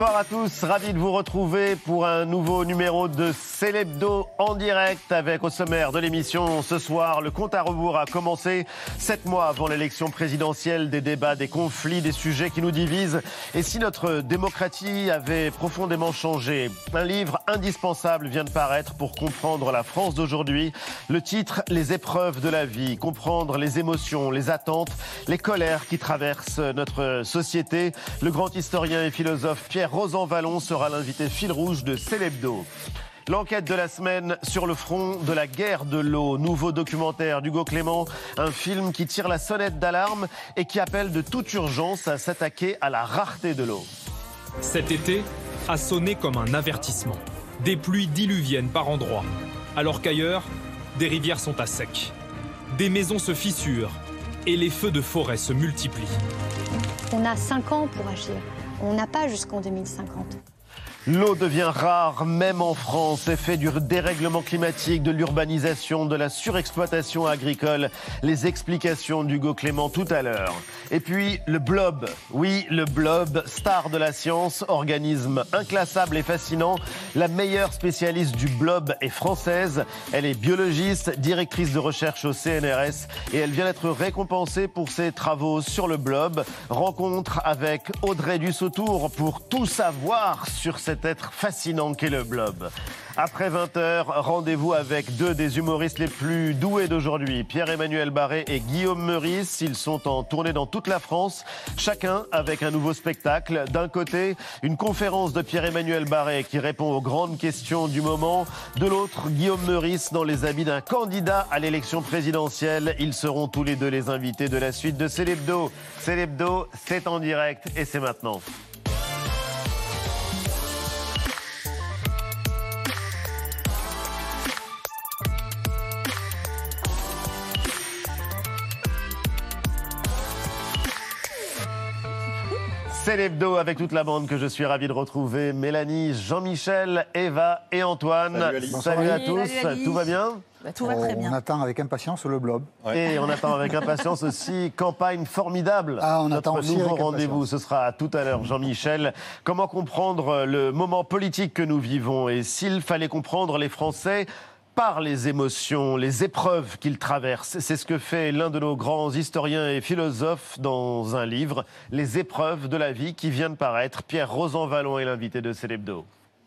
Bonsoir à tous, ravi de vous retrouver pour un nouveau numéro de C'est l'Hebdo en direct avec au sommaire de l'émission ce soir. Le compte à rebours a commencé 7 mois avant l'élection présidentielle, des débats, des conflits, des sujets qui nous divisent. Et si notre démocratie avait profondément changé, un livre indispensable vient de paraître pour comprendre la France d'aujourd'hui. Le titre, Les épreuves de la vie, comprendre les émotions, les attentes, les colères qui traversent notre société. Le grand historien et philosophe Pierre Rosanvallon sera l'invité fil rouge de C'est l'Hebdo. L'enquête de la semaine sur le front de la guerre de l'eau. Nouveau documentaire d'Hugo Clément, un film qui tire la sonnette d'alarme et qui appelle de toute urgence à s'attaquer à la rareté de l'eau. Cet été a sonné comme un avertissement. Des pluies diluviennes par endroits, alors qu'ailleurs, des rivières sont à sec. Des maisons se fissurent et les feux de forêt se multiplient. On a 5 ans pour agir. On n'a pas jusqu'en 2050. L'eau devient rare, même en France, effet du dérèglement climatique, de l'urbanisation, de la surexploitation agricole. Les explications d'Hugo Clément tout à l'heure. Et puis le blob, oui, le blob, star de la science, organisme inclassable et fascinant. La meilleure spécialiste du blob est française. Elle est biologiste, directrice de recherche au CNRS et elle vient d'être récompensée pour ses travaux sur le blob. Rencontre avec Audrey Dussotour pour tout savoir sur cet être fascinant qu'est le blob. Après 20h, rendez-vous avec deux des humoristes les plus doués d'aujourd'hui, Pierre-Emmanuel Barré et Guillaume Meurice. Ils sont en tournée dans toute la France, chacun avec un nouveau spectacle. D'un côté, une conférence de Pierre-Emmanuel Barré qui répond aux grandes questions du moment. De l'autre, Guillaume Meurice dans les habits d'un candidat à l'élection présidentielle. Ils seront tous les deux les invités de la suite de C'est l'Hebdo. C'est l'Hebdo, c'est en direct et c'est maintenant. C'est l'Hebdo avec toute la bande que je suis ravi de retrouver. Mélanie, Jean-Michel, Eva et Antoine. Salut à tous. Salut, tout va bien? Tout va très bien. On attend avec impatience le blob. Ouais. Et on attend avec impatience aussi campagne formidable. On attend aussi nouveau rendez-vous, ce sera tout à l'heure. Jean-Michel, comment comprendre le moment politique que nous vivons et s'il fallait comprendre les Français par les émotions, les épreuves qu'ils traversent. C'est ce que fait l'un de nos grands historiens et philosophes dans un livre, Les épreuves de la vie, qui vient de paraître. Pierre Rosanvallon est l'invité de C'est l'Hebdo.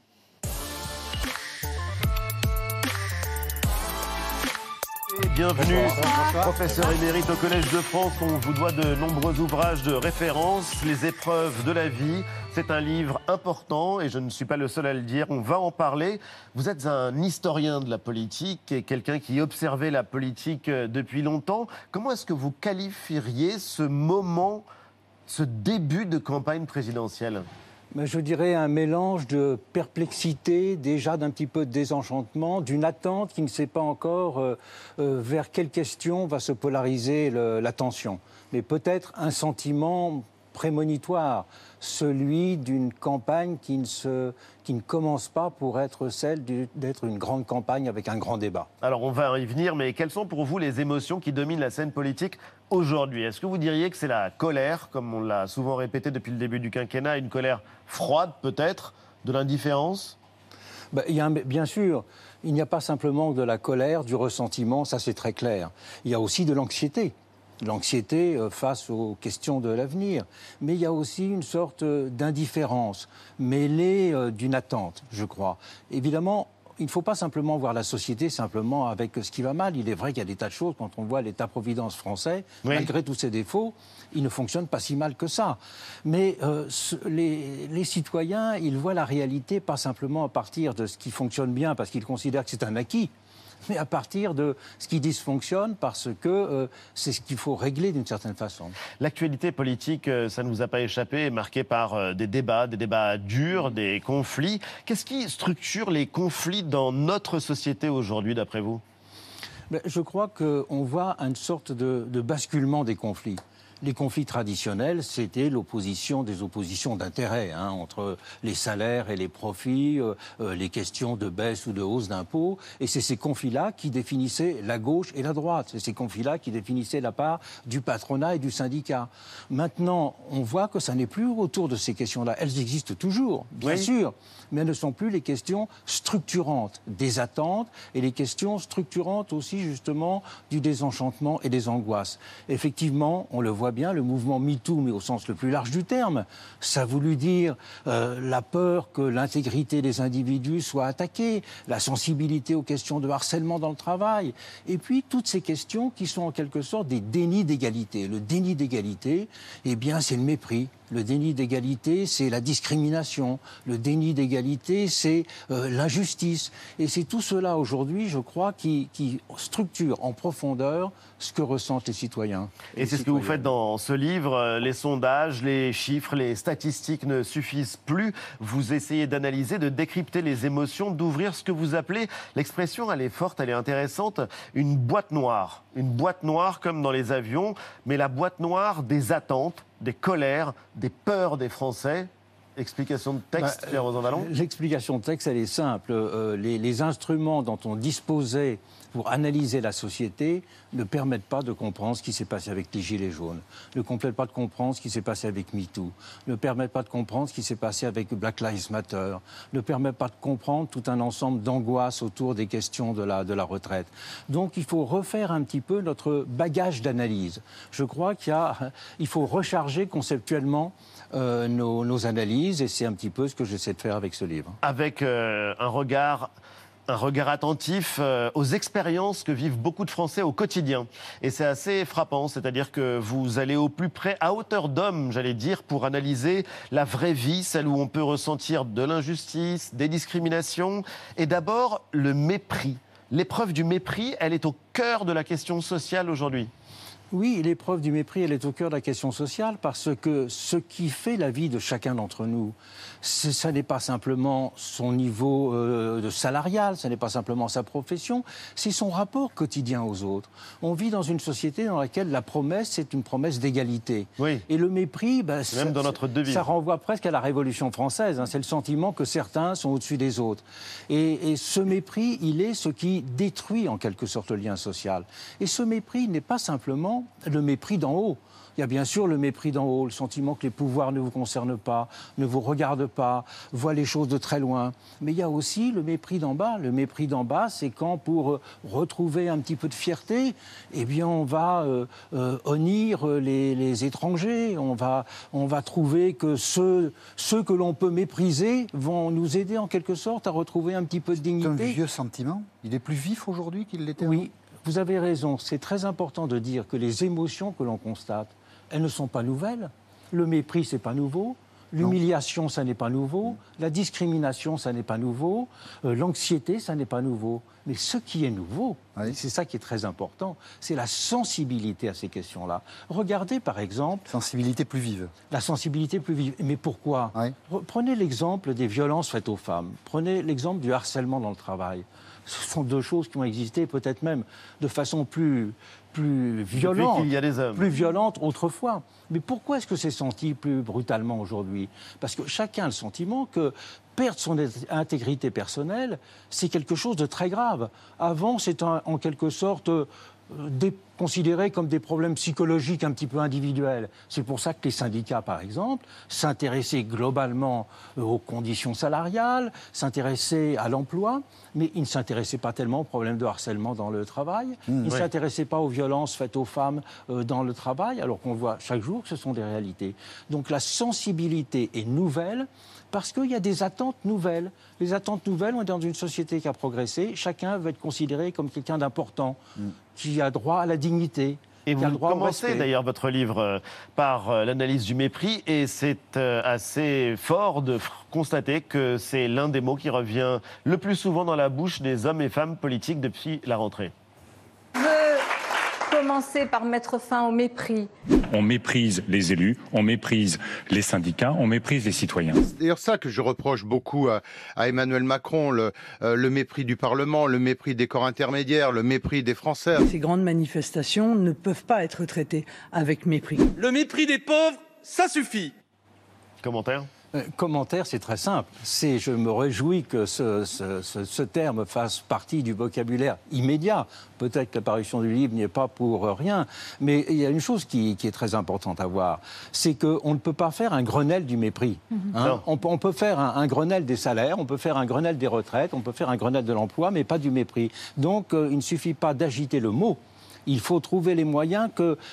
Bienvenue, professeur émérite au Collège de France. On vous doit de nombreux ouvrages de référence. Les épreuves de la vie, c'est un livre important et je ne suis pas le seul à le dire. On va en parler. Vous êtes un historien de la politique et quelqu'un qui observait la politique depuis longtemps. Comment est-ce que vous qualifieriez ce moment, ce début de campagne présidentielle ? Je dirais un mélange de perplexité, déjà d'un petit peu de désenchantement, d'une attente qui ne sait pas encore vers quelle question va se polariser l'attention. Mais peut-être un sentiment prémonitoire, celui d'une campagne qui ne commence pas pour être celle d'être une grande campagne avec un grand débat. Alors on va y venir, mais quelles sont pour vous les émotions qui dominent la scène politique aujourd'hui? Est-ce que vous diriez que c'est la colère, comme on l'a souvent répété depuis le début du quinquennat, une colère froide peut-être, de l'indifférence? Bien sûr, il n'y a pas simplement de la colère, du ressentiment, ça c'est très clair. Il y a aussi de l'anxiété. L'anxiété face aux questions de l'avenir. Mais il y a aussi une sorte d'indifférence mêlée d'une attente, je crois. Évidemment, il ne faut pas simplement voir la société simplement avec ce qui va mal. Il est vrai qu'il y a des tas de choses, quand on voit l'État-providence français, oui, malgré tous ses défauts, il ne fonctionne pas si mal que ça. Mais les citoyens, ils voient la réalité pas simplement à partir de ce qui fonctionne bien, parce qu'ils considèrent que c'est un acquis, mais à partir de ce qui dysfonctionne, parce que c'est ce qu'il faut régler d'une certaine façon. L'actualité politique, ça ne vous a pas échappé, est marquée par des débats durs, des conflits. Qu'est-ce qui structure les conflits dans notre société aujourd'hui, d'après vous ? Je crois qu'on voit une sorte de basculement des conflits. Les conflits traditionnels, c'était l'opposition des oppositions d'intérêts entre les salaires et les profits, les questions de baisse ou de hausse d'impôts. Et c'est ces conflits-là qui définissaient la gauche et la droite. C'est ces conflits-là qui définissaient la part du patronat et du syndicat. Maintenant, on voit que ça n'est plus autour de ces questions-là. Elles existent toujours, bien sûr, mais elles ne sont plus les questions structurantes des attentes et les questions structurantes aussi, justement, du désenchantement et des angoisses. Effectivement, on le voit bien, le mouvement MeToo, mais au sens le plus large du terme, ça a voulu dire la peur que l'intégrité des individus soit attaquée, la sensibilité aux questions de harcèlement dans le travail, et puis toutes ces questions qui sont en quelque sorte des dénis d'égalité. Le déni d'égalité, eh bien, c'est le mépris. Le déni d'égalité, c'est la discrimination. Le déni d'égalité, c'est l'injustice. Et c'est tout cela aujourd'hui, je crois, qui structure en profondeur ce que ressentent les citoyens. Et c'est ce que vous faites dans ce livre. Les sondages, les chiffres, les statistiques ne suffisent plus. Vous essayez d'analyser, de décrypter les émotions, d'ouvrir ce que vous appelez, l'expression, elle est forte, elle est intéressante, une boîte noire. Une boîte noire comme dans les avions, mais la boîte noire des attentes, des colères, des peurs des Français. Explication de texte, Pierre Rosanvallon. L'explication de texte, elle est simple. Les instruments dont on disposait pour analyser la société ne permettent pas de comprendre ce qui s'est passé avec les Gilets jaunes, ne permettent pas de comprendre ce qui s'est passé avec MeToo, ne permettent pas de comprendre ce qui s'est passé avec Black Lives Matter, ne permettent pas de comprendre tout un ensemble d'angoisses autour des questions de la retraite. Donc il faut refaire un petit peu notre bagage d'analyse. Je crois qu'il faut recharger conceptuellement nos analyses, et c'est un petit peu ce que j'essaie de faire avec ce livre. Avec un regard attentif aux expériences que vivent beaucoup de Français au quotidien. Et c'est assez frappant, c'est-à-dire que vous allez au plus près, à hauteur d'homme, j'allais dire, pour analyser la vraie vie, celle où on peut ressentir de l'injustice, des discriminations, et d'abord le mépris. L'épreuve du mépris, elle est au cœur de la question sociale aujourd'hui. Oui, l'épreuve du mépris, elle est au cœur de la question sociale parce que ce qui fait la vie de chacun d'entre nous, ça n'est pas simplement son niveau de salarial, ça n'est pas simplement sa profession, c'est son rapport quotidien aux autres. On vit dans une société dans laquelle la promesse, c'est une promesse d'égalité. Oui. Et le mépris, même dans notre devise. Ça renvoie presque à la Révolution française. C'est le sentiment que certains sont au-dessus des autres. Et ce mépris, il est ce qui détruit en quelque sorte le lien social. Et ce mépris n'est pas simplement le mépris d'en haut. Il y a bien sûr le mépris d'en haut, le sentiment que les pouvoirs ne vous concernent pas, ne vous regardent pas, voient les choses de très loin. Mais il y a aussi le mépris d'en bas. Le mépris d'en bas, c'est quand, pour retrouver un petit peu de fierté, eh bien, on va honnir les étrangers. On va trouver que ceux que l'on peut mépriser vont nous aider en quelque sorte à retrouver un petit peu de dignité. C'est un vieux sentiment. Il est plus vif aujourd'hui qu'il l'était Oui. avant. Vous avez raison, c'est très important de dire que les émotions que l'on constate, elles ne sont pas nouvelles. Le mépris, c'est pas nouveau. L'humiliation, ça n'est pas nouveau. La discrimination, ça n'est pas nouveau. L'anxiété, ça n'est pas nouveau. Mais ce qui est nouveau, c'est ça qui est très important, c'est la sensibilité à ces questions-là. Regardez par exemple... Sensibilité plus vive. La sensibilité plus vive. Mais pourquoi ? Prenez l'exemple des violences faites aux femmes. Prenez l'exemple du harcèlement dans le travail. Ce sont deux choses qui ont existé peut-être même de façon plus violente, qu'il y a des hommes. Plus violente autrefois. Mais pourquoi est-ce que c'est senti plus brutalement aujourd'hui ? Parce que chacun a le sentiment que perdre son intégrité personnelle, c'est quelque chose de très grave. Avant, c'est en quelque sorte considérés comme des problèmes psychologiques un petit peu individuels. C'est pour ça que les syndicats, par exemple, s'intéressaient globalement aux conditions salariales, s'intéressaient à l'emploi, mais ils ne s'intéressaient pas tellement aux problèmes de harcèlement dans le travail, ils ne s'intéressaient pas aux violences faites aux femmes dans le travail, alors qu'on voit chaque jour que ce sont des réalités. Donc la sensibilité est nouvelle, parce qu'il y a des attentes nouvelles. Les attentes nouvelles, on est dans une société qui a progressé. Chacun veut être considéré comme quelqu'un d'important, qui a droit à la dignité. Et vous commencez d'ailleurs votre livre par l'analyse du mépris, et c'est assez fort de constater que c'est l'un des mots qui revient le plus souvent dans la bouche des hommes et femmes politiques depuis la rentrée. Mais commencer par mettre fin au mépris. On méprise les élus, on méprise les syndicats, on méprise les citoyens. C'est d'ailleurs ça que je reproche beaucoup à Emmanuel Macron, le mépris du Parlement, le mépris des corps intermédiaires, le mépris des Français. Ces grandes manifestations ne peuvent pas être traitées avec mépris. Le mépris des pauvres, ça suffit. Commentaire ? Commentaire, c'est très simple. Je me réjouis que ce terme fasse partie du vocabulaire immédiat. Peut-être que l'apparition du livre n'y est pas pour rien. Mais il y a une chose qui est très importante à voir. C'est qu'on ne peut pas faire un Grenelle du mépris. On peut faire un Grenelle des salaires, on peut faire un Grenelle des retraites, on peut faire un Grenelle de l'emploi, mais pas du mépris. Donc, il ne suffit pas d'agiter le mot. Il faut trouver les moyens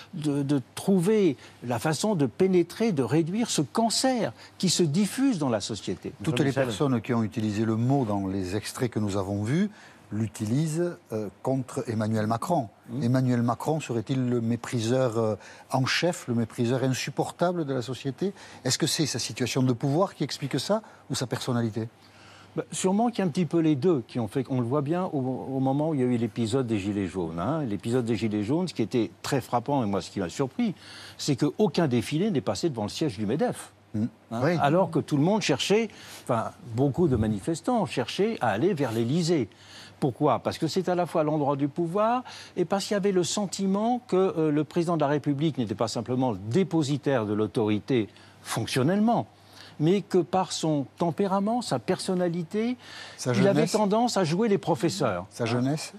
de trouver la façon de pénétrer, de réduire ce cancer qui se diffuse dans la société. Toutes les personnes qui ont utilisé le mot dans les extraits que nous avons vus l'utilisent contre Emmanuel Macron. Emmanuel Macron serait-il le mépriseur en chef, le mépriseur insupportable de la société? Est-ce que c'est sa situation de pouvoir qui explique ça ou sa personnalité? Sûrement qu'il y a un petit peu les deux qui ont fait, on le voit bien au moment où il y a eu l'épisode des Gilets jaunes. L'épisode des Gilets jaunes, ce qui était très frappant, et moi ce qui m'a surpris, c'est qu'aucun défilé n'est passé devant le siège du MEDEF. Oui. Alors que tout le monde cherchait, beaucoup de manifestants cherchaient à aller vers l'Élysée. Pourquoi? Parce que c'est à la fois l'endroit du pouvoir et parce qu'il y avait le sentiment que le président de la République n'était pas simplement le dépositaire de l'autorité fonctionnellement, mais que par son tempérament, sa personnalité, il avait tendance à jouer les professeurs. Sa jeunesse?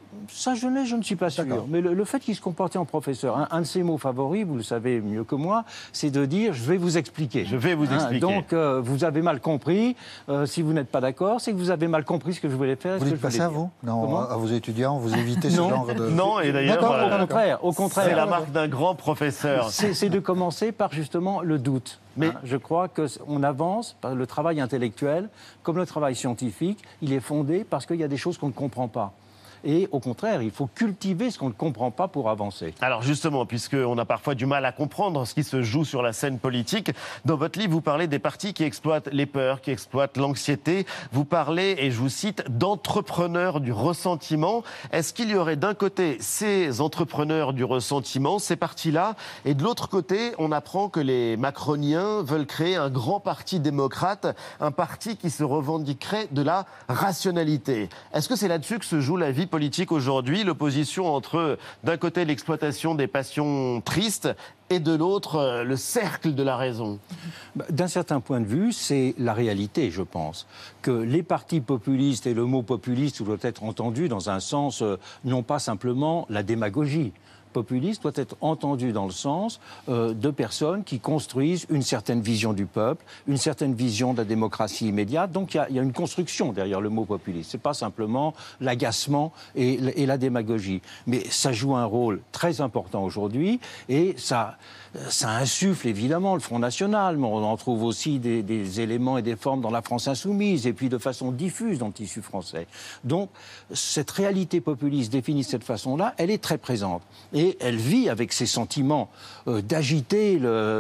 Sa jeunesse, je ne suis pas sûr. Mais le fait qu'il se comportait en professeur, un de ses mots favoris, vous le savez mieux que moi, c'est de dire « je vais vous expliquer ». Je vais vous expliquer. Donc, vous avez mal compris. Si vous n'êtes pas d'accord, c'est que vous avez mal compris ce que je voulais faire. Vous dites pas ça, vous? Non, à vos étudiants, vous évitez ce genre de... Non, et d'ailleurs, au contraire. C'est la marque d'un grand professeur. C'est de commencer par justement le doute. Mais je crois qu'on avance, le travail intellectuel, comme le travail scientifique, il est fondé parce qu'il y a des choses qu'on ne comprend pas. Et au contraire, il faut cultiver ce qu'on ne comprend pas pour avancer. Alors justement, puisqu'on a parfois du mal à comprendre ce qui se joue sur la scène politique, dans votre livre, vous parlez des partis qui exploitent les peurs, qui exploitent l'anxiété. Vous parlez, et je vous cite, d'entrepreneurs du ressentiment. Est-ce qu'il y aurait d'un côté ces entrepreneurs du ressentiment, ces partis-là, et de l'autre côté, on apprend que les macroniens veulent créer un grand parti démocrate, un parti qui se revendiquerait de la rationalité. Est-ce que c'est là-dessus que se joue la vie politique aujourd'hui, l'opposition entre, d'un côté, l'exploitation des passions tristes et de l'autre, le cercle de la raison? D'un certain point de vue, c'est la réalité, je pense. Que les partis populistes, et le mot populiste doit être entendu dans un sens, non pas simplement la démagogie. Populiste doit être entendu dans le sens de personnes qui construisent une certaine vision du peuple, une certaine vision de la démocratie immédiate. Donc il y a une construction derrière le mot populiste. Ce n'est pas simplement l'agacement et la démagogie. Mais ça joue un rôle très important aujourd'hui et ça insuffle évidemment le Front National, mais on en trouve aussi des éléments et des formes dans la France insoumise et puis de façon diffuse dans le tissu français. Donc cette réalité populiste définie de cette façon-là, elle est très présente. Et elle vit avec ces sentiments d'agiter,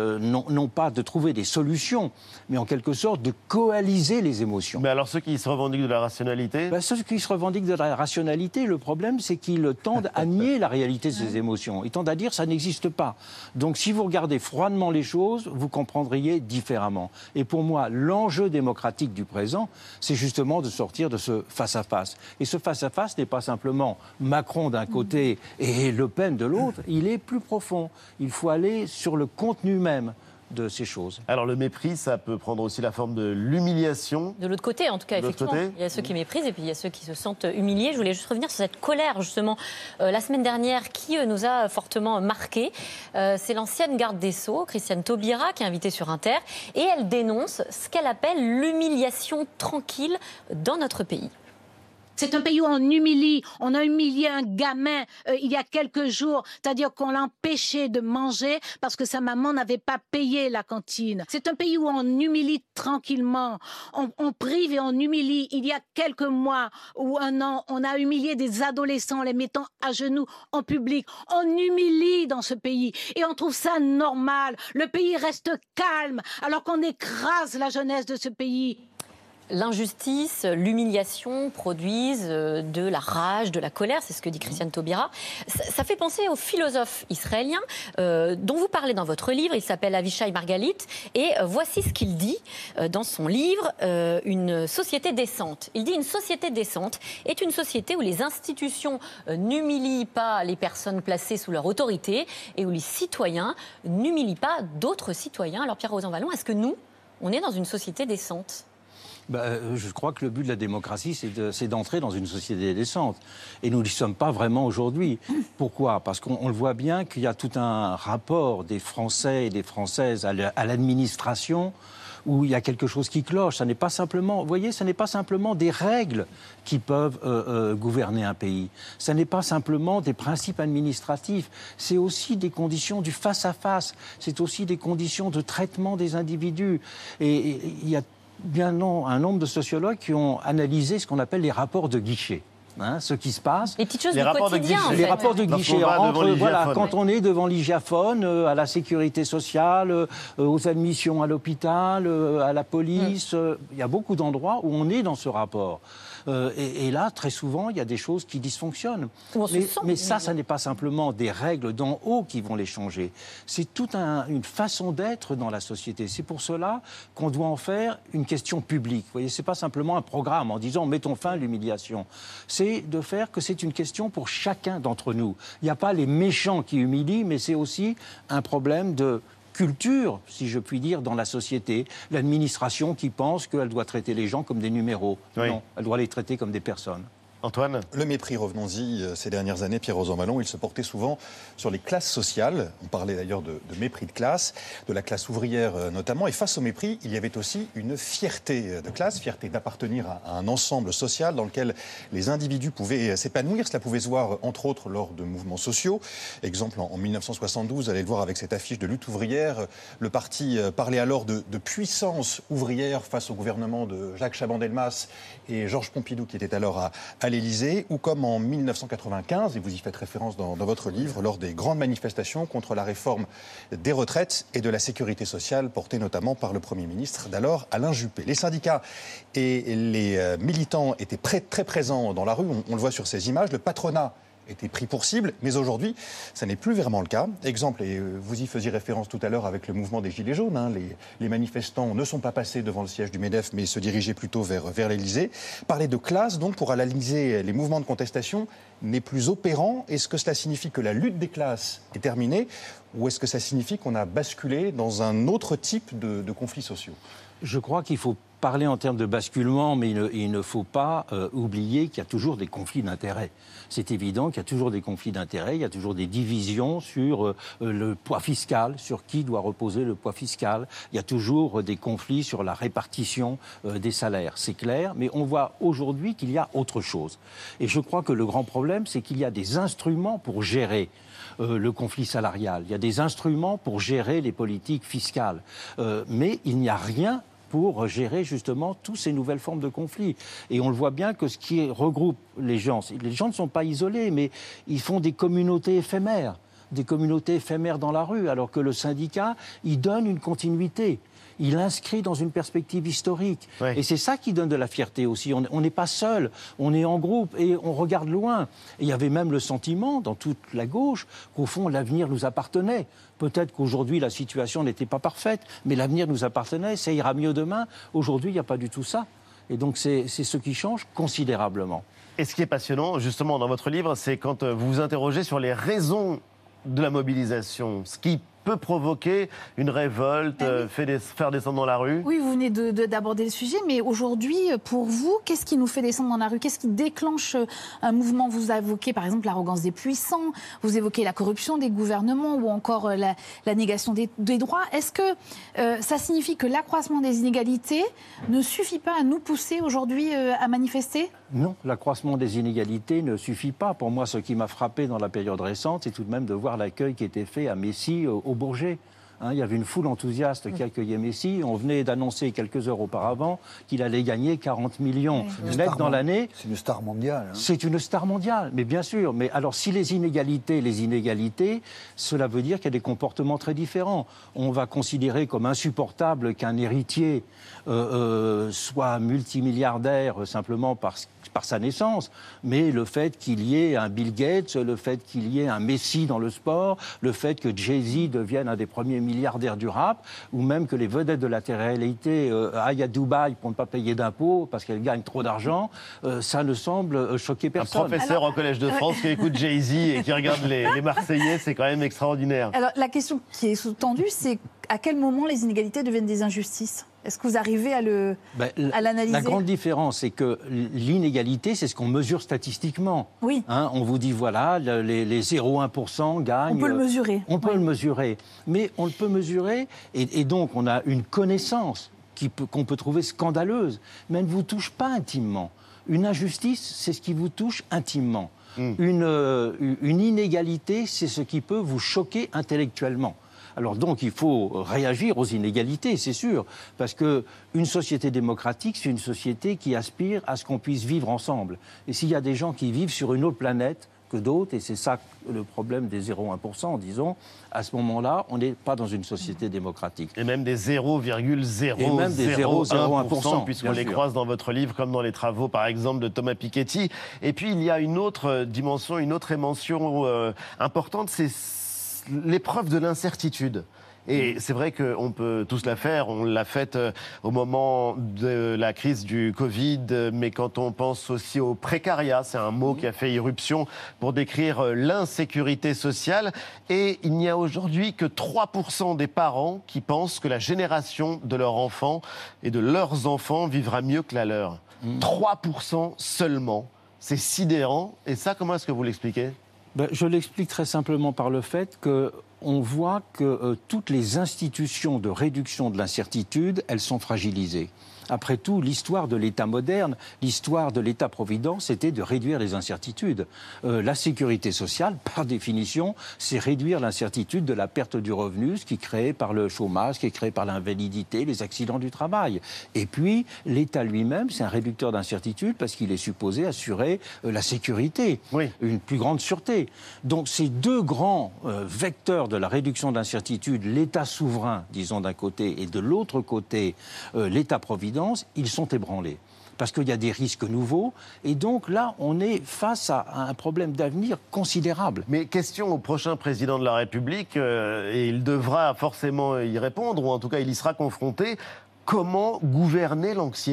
non pas de trouver des solutions, mais en quelque sorte de coaliser les émotions. Mais alors ceux qui se revendiquent de la rationalité? Ceux qui se revendiquent de la rationalité, le problème c'est qu'ils tendent à nier la réalité de ces émotions. Ils tendent à dire ça n'existe pas. Donc si vous regardez froidement les choses, vous comprendriez différemment. Et pour moi, l'enjeu démocratique du présent, c'est justement de sortir de ce face-à-face. Et ce face-à-face n'est pas simplement Macron d'un côté et Le Pen de l'autre, il est plus profond. Il faut aller sur le contenu même de ces choses. Alors le mépris, ça peut prendre aussi la forme de l'humiliation. De l'autre côté, en tout cas, effectivement. Il y a ceux qui méprisent et puis il y a ceux qui se sentent humiliés. Je voulais juste revenir sur cette colère, justement, la semaine dernière, qui nous a fortement marqués. C'est l'ancienne garde des Sceaux, Christiane Taubira, qui est invitée sur Inter, et elle dénonce ce qu'elle appelle l'humiliation tranquille dans notre pays. C'est un pays où on humilie. On a humilié un gamin il y a quelques jours, c'est-à-dire qu'on l'a empêché de manger parce que sa maman n'avait pas payé la cantine. C'est un pays où on humilie tranquillement. On prive et on humilie. Il y a quelques mois ou un an, on a humilié des adolescents en les mettant à genoux en public. On humilie dans ce pays et on trouve ça normal. Le pays reste calme alors qu'on écrase la jeunesse de ce pays. l'injustice, l'humiliation produisent de la rage, de la colère, c'est ce que dit Christiane Taubira. Ça fait penser au philosophe israélien dont vous parlez dans votre livre, il s'appelle Avishai Margalit, et voici ce qu'il dit dans son livre, Une société décente. Il dit: une société décente est une société où les institutions n'humilient pas les personnes placées sous leur autorité et où les citoyens n'humilient pas d'autres citoyens. Alors Pierre Rosanvallon, est-ce que nous, on est dans une société décente ? Je crois que le but de la démocratie, c'est d'entrer dans une société décente. Et nous n'y sommes pas vraiment aujourd'hui. Pourquoi ? Parce qu'on le voit bien qu'il y a tout un rapport des Français et des Françaises à l'administration où il y a quelque chose qui cloche. Ça n'est pas simplement, vous voyez, ça n'est pas simplement des règles qui peuvent gouverner un pays. Ça n'est pas simplement des principes administratifs. C'est aussi des conditions du face-à-face. C'est aussi des conditions de traitement des individus. Et il y a bien un nombre de sociologues qui ont analysé ce qu'on appelle les rapports de guichet. Ce qui se passe. Les petites choses du quotidien, en fait. Les rapports de guichet quand on est devant l'IGAFON, à la sécurité sociale, aux admissions à l'hôpital, à la police. Il y a beaucoup d'endroits où on est dans ce rapport. Et là, très souvent, il y a des choses qui dysfonctionnent. Mais ça n'est pas simplement des règles d'en haut qui vont les changer. C'est toute une façon d'être dans la société. C'est pour cela qu'on doit en faire une question publique. Vous voyez, c'est pas simplement un programme en disant mettons fin à l'humiliation. C'est de faire que c'est une question pour chacun d'entre nous. Il n'y a pas les méchants qui humilient, mais c'est aussi un problème de culture, si je puis dire, dans la société. L'administration qui pense qu'elle doit traiter les gens comme des numéros. Oui. Non, elle doit les traiter comme des personnes. Antoine ? Le mépris, revenons-y, ces dernières années, Pierre Rosanvallon, il se portait souvent sur les classes sociales. On parlait d'ailleurs de mépris de classe, de la classe ouvrière notamment. Et face au mépris, il y avait aussi une fierté de classe, fierté d'appartenir à un ensemble social dans lequel les individus pouvaient s'épanouir. Cela pouvait se voir, entre autres, lors de mouvements sociaux. Exemple, en 1972, allez le voir avec cette affiche de lutte ouvrière. Le parti parlait alors de puissance ouvrière face au gouvernement de Jacques Chaban-Delmas et Georges Pompidou, qui était alors à l'Élysée, ou comme en 1995, et vous y faites référence dans votre livre, lors des grandes manifestations contre la réforme des retraites et de la sécurité sociale, portée notamment par le Premier ministre d'alors, Alain Juppé. Les syndicats et les militants étaient très présents dans la rue, on le voit sur ces images. Le patronat était pris pour cible, mais aujourd'hui, ça n'est plus vraiment le cas. Exemple, et vous y faisiez référence tout à l'heure avec le mouvement des Gilets jaunes, les manifestants ne sont pas passés devant le siège du MEDEF, mais se dirigeaient plutôt vers l'Élysée. Parler de classe, donc, pour analyser les mouvements de contestation, n'est plus opérant. Est-ce que cela signifie que la lutte des classes est terminée, ou est-ce que ça signifie qu'on a basculé dans un autre type de conflits sociaux ? Je crois qu'il faut parler en termes de basculement, mais il ne faut pas oublier qu'il y a toujours des conflits d'intérêts. C'est évident qu'il y a toujours des conflits d'intérêts, il y a toujours des divisions sur le poids fiscal, sur qui doit reposer le poids fiscal. Il y a toujours des conflits sur la répartition des salaires. C'est clair, mais on voit aujourd'hui qu'il y a autre chose. Et je crois que le grand problème, c'est qu'il y a des instruments pour gérer le conflit salarial. Il y a des instruments pour gérer les politiques fiscales. Mais il n'y a rien pour gérer justement toutes ces nouvelles formes de conflits. Et on le voit bien que ce qui regroupe les gens ne sont pas isolés, mais ils font des communautés éphémères dans la rue, alors que le syndicat, il donne une continuité. Il inscrit dans une perspective historique. Oui. Et c'est ça qui donne de la fierté aussi. On n'est pas seul, on est en groupe et on regarde loin. Et il y avait même le sentiment, dans toute la gauche, qu'au fond, l'avenir nous appartenait. Peut-être qu'aujourd'hui, la situation n'était pas parfaite, mais l'avenir nous appartenait, ça ira mieux demain. Aujourd'hui, il n'y a pas du tout ça. Et donc, c'est ce qui change considérablement. Et ce qui est passionnant, justement, dans votre livre, c'est quand vous vous interrogez sur les raisons de la mobilisation, ce qui peut provoquer une révolte, faire descendre dans la rue. Oui, vous venez d'aborder le sujet, mais aujourd'hui, pour vous, qu'est-ce qui nous fait descendre dans la rue ? Qu'est-ce qui déclenche un mouvement ? Vous évoquez par exemple l'arrogance des puissants, vous évoquez la corruption des gouvernements ou encore la négation des droits. Est-ce que ça signifie que l'accroissement des inégalités ne suffit pas à nous pousser aujourd'hui à manifester ? Non, l'accroissement des inégalités ne suffit pas. Pour moi, ce qui m'a frappé dans la période récente, c'est tout de même de voir l'accueil qui était fait à Messy, au Bourget. Il y avait une foule enthousiaste qui accueillait Messi. On venait d'annoncer quelques heures auparavant qu'il allait gagner 40 millions net dans l'année. C'est une star mondiale. C'est une star mondiale, mais bien sûr. Mais alors, si les inégalités, cela veut dire qu'il y a des comportements très différents. On va considérer comme insupportable qu'un héritier soit multimilliardaire simplement par sa naissance, mais le fait qu'il y ait un Bill Gates, le fait qu'il y ait un Messi dans le sport, le fait que Jay-Z devienne un des premiers milliardaires du rap, ou même que les vedettes de la télé-réalité aillent à Dubaï pour ne pas payer d'impôts parce qu'elles gagnent trop d'argent, ça ne semble choquer personne. Un professeur au Collège de France qui écoute Jay-Z et qui regarde les Marseillais, c'est quand même extraordinaire. Alors la question qui est sous-tendue, c'est à quel moment les inégalités deviennent des injustices ? Est-ce que vous arrivez à l'analyser ? La grande différence, c'est que l'inégalité, c'est ce qu'on mesure statistiquement. Oui. On vous dit, voilà, les 0,1% gagnent. On peut le mesurer. On peut le mesurer. Mais on le peut mesurer, et donc on a une connaissance qu'on peut trouver scandaleuse, mais elle ne vous touche pas intimement. Une injustice, c'est ce qui vous touche intimement. Une inégalité, c'est ce qui peut vous choquer intellectuellement. Alors donc il faut réagir aux inégalités, c'est sûr, parce qu'une société démocratique, c'est une société qui aspire à ce qu'on puisse vivre ensemble. Et s'il y a des gens qui vivent sur une autre planète que d'autres, et c'est ça le problème des 0,1%, disons, à ce moment-là, on n'est pas dans une société démocratique. Et même des 0,001%, puisqu'on les croise dans votre livre, comme dans les travaux, par exemple, de Thomas Piketty. Et puis, il y a une autre dimension, une autre émotion importante, c'est l'épreuve de l'incertitude. Et c'est vrai qu'on peut tous la faire. On l'a faite au moment de la crise du Covid, mais quand on pense aussi au précariat, c'est un mot qui a fait irruption pour décrire l'insécurité sociale. Et il n'y a aujourd'hui que 3% des parents qui pensent que la génération de leurs enfants et de leurs enfants vivra mieux que la leur. 3% seulement. C'est sidérant. Et ça, comment est-ce que vous l'expliquez ? Je l'explique très simplement par le fait qu'on voit que toutes les institutions de réduction de l'incertitude, elles sont fragilisées. Après tout, l'histoire de l'État moderne, l'histoire de l'État-providence, c'était de réduire les incertitudes. La sécurité sociale, par définition, c'est réduire l'incertitude de la perte du revenu, ce qui est créé par le chômage, ce qui est créé par l'invalidité, les accidents du travail. Et puis, l'État lui-même, c'est un réducteur d'incertitude parce qu'il est supposé assurer la sécurité, une plus grande sûreté. Donc, ces deux grands vecteurs de la réduction de l'incertitude, l'État souverain, disons d'un côté, et de l'autre côté, l'État-providence, ils sont ébranlés. Parce qu'il y a des risques nouveaux. Et donc là, on est face à un problème d'avenir considérable. Mais question au prochain président de la République, et il devra forcément y répondre, ou en tout cas il y sera confronté. Comment gouverner l'anxiété ?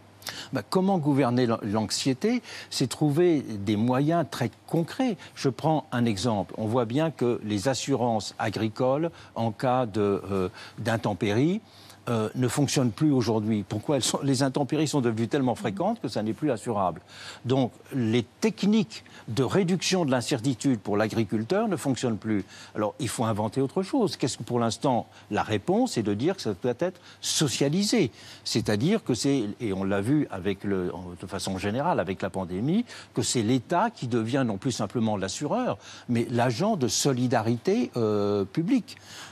Comment gouverner l'anxiété ? C'est trouver des moyens très concrets. Je prends un exemple. On voit bien que les assurances agricoles, en cas d'intempéries, ne fonctionnent plus aujourd'hui. Pourquoi les intempéries sont devenues tellement fréquentes que ça n'est plus assurable. Donc, les techniques de réduction de l'incertitude pour l'agriculteur ne fonctionnent plus. Alors, il faut inventer autre chose. Qu'est-ce que, pour l'instant, la réponse est de dire que ça doit être socialisé. C'est-à-dire que c'est, et on l'a vu de façon générale avec la pandémie, que c'est l'État qui devient non plus simplement l'assureur, mais l'agent de solidarité publique.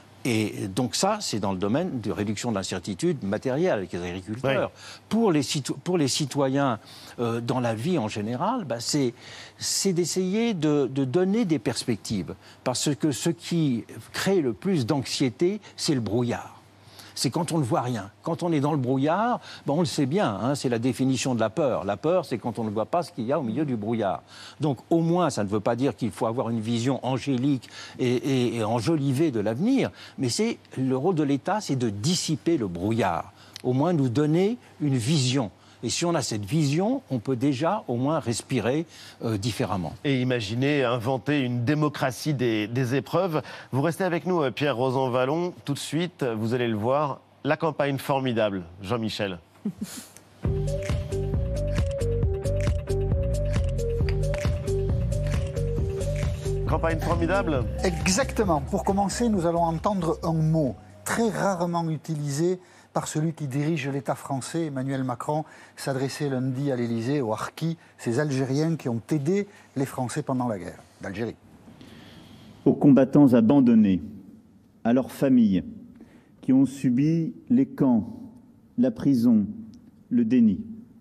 Et donc ça, c'est dans le domaine de réduction de l'incertitude matérielle avec les agriculteurs. Oui. Pour les citoyens, dans la vie en général, c'est d'essayer de donner des perspectives. Parce que ce qui crée le plus d'anxiété, c'est le brouillard. C'est quand on ne voit rien. Quand on est dans le brouillard, on le sait bien, c'est la définition de la peur. La peur, c'est quand on ne voit pas ce qu'il y a au milieu du brouillard. Donc, au moins, ça ne veut pas dire qu'il faut avoir une vision angélique et enjolivée de l'avenir, mais le rôle de l'État, c'est de dissiper le brouillard. Au moins, nous donner une vision. Et si on a cette vision, on peut déjà au moins respirer différemment. Et imaginer, inventer une démocratie des épreuves. Vous restez avec nous, Pierre Rosanvallon. Tout de suite, vous allez le voir, la campagne formidable, Jean-Michel. Campagne formidable ? Exactement. Pour commencer, nous allons entendre un mot très rarement utilisé par celui qui dirige l'État français, Emmanuel Macron, s'adressait lundi à l'Élysée, aux harkis, ces Algériens qui ont aidé les Français pendant la guerre d'Algérie. Aux combattants abandonnés, à leurs familles qui ont subi les camps, la prison, le déni.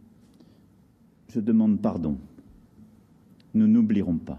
Je demande pardon. Nous n'oublierons pas.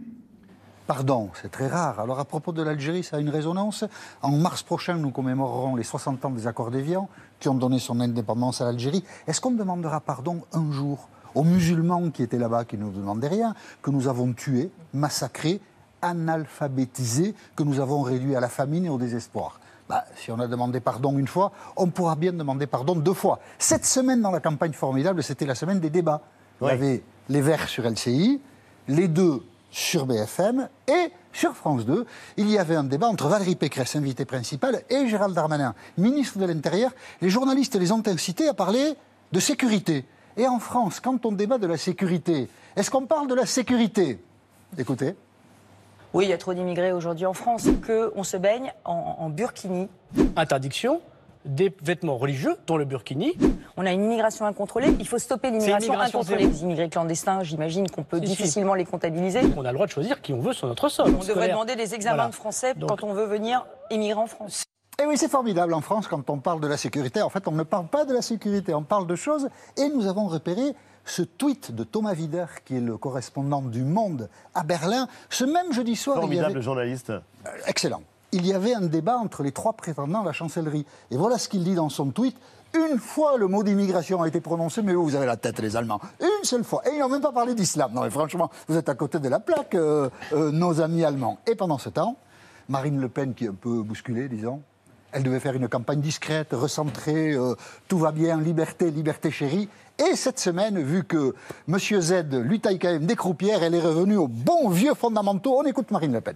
Pardon, c'est très rare. Alors à propos de l'Algérie, ça a une résonance. En mars prochain, nous commémorerons les 60 ans des accords d'Évian qui ont donné son indépendance à l'Algérie. Est-ce qu'on demandera pardon un jour aux musulmans qui étaient là-bas, qui ne nous demandaient rien, que nous avons tués, massacrés, analphabétisés, que nous avons réduits à la famine et au désespoir? Si on a demandé pardon une fois, on pourra bien demander pardon 2 fois. Cette semaine, dans la campagne formidable, c'était la semaine des débats. Il y avait les Verts sur LCI, les Deux sur BFM et sur France 2, il y avait un débat entre Valérie Pécresse, invitée principale, et Gérald Darmanin, ministre de l'Intérieur. Les journalistes les ont incités à parler de sécurité. Et en France, quand on débat de la sécurité, est-ce qu'on parle de la sécurité? Écoutez. Oui, il y a trop d'immigrés aujourd'hui en France, qu'on se baigne en burkini. Interdiction des vêtements religieux, dont le burkini. On a une immigration incontrôlée. Il faut stopper l'immigration incontrôlée. Les immigrés clandestins, j'imagine qu'on peut difficilement les comptabiliser. On a le droit de choisir qui on veut sur notre sol. On devrait demander des examens de français quand on veut venir émigrer en France. Et oui, c'est formidable. En France, quand on parle de la sécurité, en fait, on ne parle pas de la sécurité, on parle de choses. Et nous avons repéré ce tweet de Thomas Wider, qui est le correspondant du Monde à Berlin. Ce même jeudi soir... Formidable journaliste. Excellent. Il y avait un débat entre les 3 prétendants à la chancellerie. Et voilà ce qu'il dit dans son tweet. Une fois le mot d'immigration a été prononcé, mais vous avez la tête, les Allemands. Une seule fois. Et ils n'ont même pas parlé d'islam. Non, mais franchement, vous êtes à côté de la plaque, nos amis allemands. Et pendant ce temps, Marine Le Pen, qui est un peu bousculée, disons, elle devait faire une campagne discrète, recentrée, tout va bien, liberté, liberté chérie. Et cette semaine, vu que M. Z lui taille quand même des croupières, elle est revenue aux bons vieux fondamentaux. On écoute Marine Le Pen.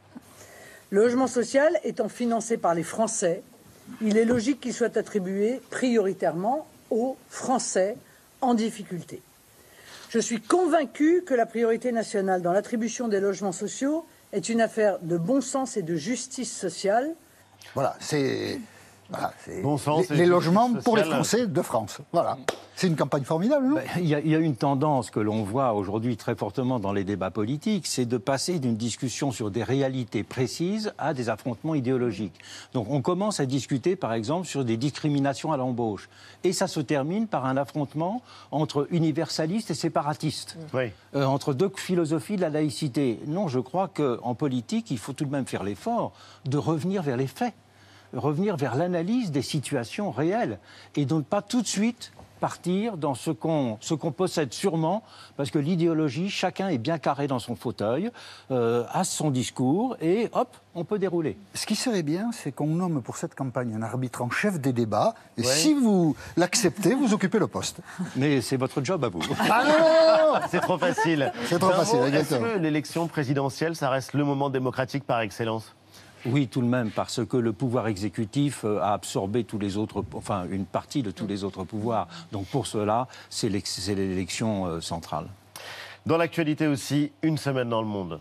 Le logement social étant financé par les Français, il est logique qu'il soit attribué prioritairement aux Français en difficulté. Je suis convaincu que la priorité nationale dans l'attribution des logements sociaux est une affaire de bon sens et de justice sociale. Voilà, c'est bon sens les logements pour les Français de France. Voilà. C'est une campagne formidable, non? Il y a une tendance que l'on voit aujourd'hui très fortement dans les débats politiques, c'est de passer d'une discussion sur des réalités précises à des affrontements idéologiques. Donc on commence à discuter, par exemple, sur des discriminations à l'embauche. Et ça se termine par un affrontement entre universalistes et séparatistes, entre 2 philosophies de la laïcité. Non, je crois qu'en politique, il faut tout de même faire l'effort de revenir vers les faits, revenir vers l'analyse des situations réelles, et donc pas tout de suite partir dans ce qu'on possède sûrement, parce que l'idéologie, chacun est bien carré dans son fauteuil, a son discours, et hop, on peut dérouler. Ce qui serait bien, c'est qu'on nomme pour cette campagne un arbitre en chef des débats, et si vous l'acceptez, vous occupez le poste. Mais c'est votre job à vous. Ah non, c'est trop facile. C'est trop facile, est-ce que l'élection présidentielle, ça reste le moment démocratique par excellence? Oui, tout de même, parce que le pouvoir exécutif a absorbé tous les autres, enfin une partie de tous les autres pouvoirs. Donc pour cela, c'est l'élection centrale. Dans l'actualité aussi, une semaine dans le monde.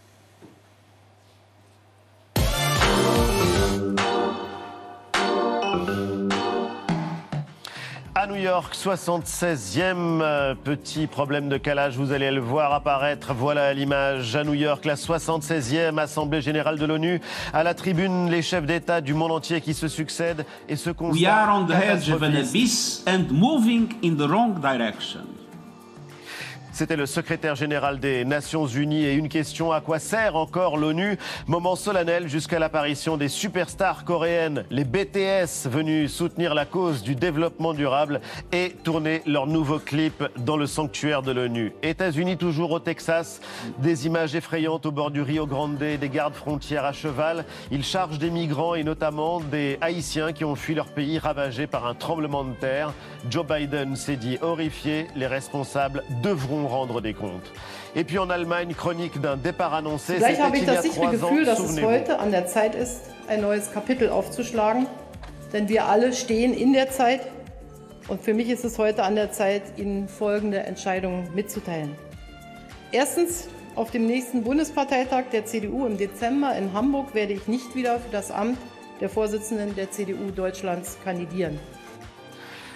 À New York, 76e petit problème de calage, vous allez le voir apparaître, voilà l'image. À New York, la 76e Assemblée Générale de l'ONU. À la tribune, les chefs d'État du monde entier qui se succèdent et se constat. We are on the edge of an abyss and moving in the wrong direction. C'était le secrétaire général des Nations Unies et une question, à quoi sert encore l'ONU? Moment solennel jusqu'à l'apparition des superstars coréennes, les BTS, venus soutenir la cause du développement durable et tourner leur nouveau clip dans le sanctuaire de l'ONU. États-Unis, toujours au Texas, des images effrayantes au bord du Rio Grande, des gardes frontières à cheval. Ils chargent des migrants et notamment des Haïtiens qui ont fui leur pays ravagé par un tremblement de terre. Joe Biden s'est dit horrifié, les responsables devront rendre des comptes. Et puis en Allemagne, chronique d'un départ annoncé. Zugleich habe ich das sichere Gefühl, dass es heute an der Zeit ist, ein neues Kapitel aufzuschlagen. Denn wir alle stehen in der Zeit. Und für mich ist es heute an der Zeit, Ihnen folgende Entscheidungen mitzuteilen. Erstens, auf dem nächsten Bundesparteitag der CDU im Dezember in Hamburg werde ich nicht wieder für das Amt der Vorsitzenden der CDU Deutschlands kandidieren.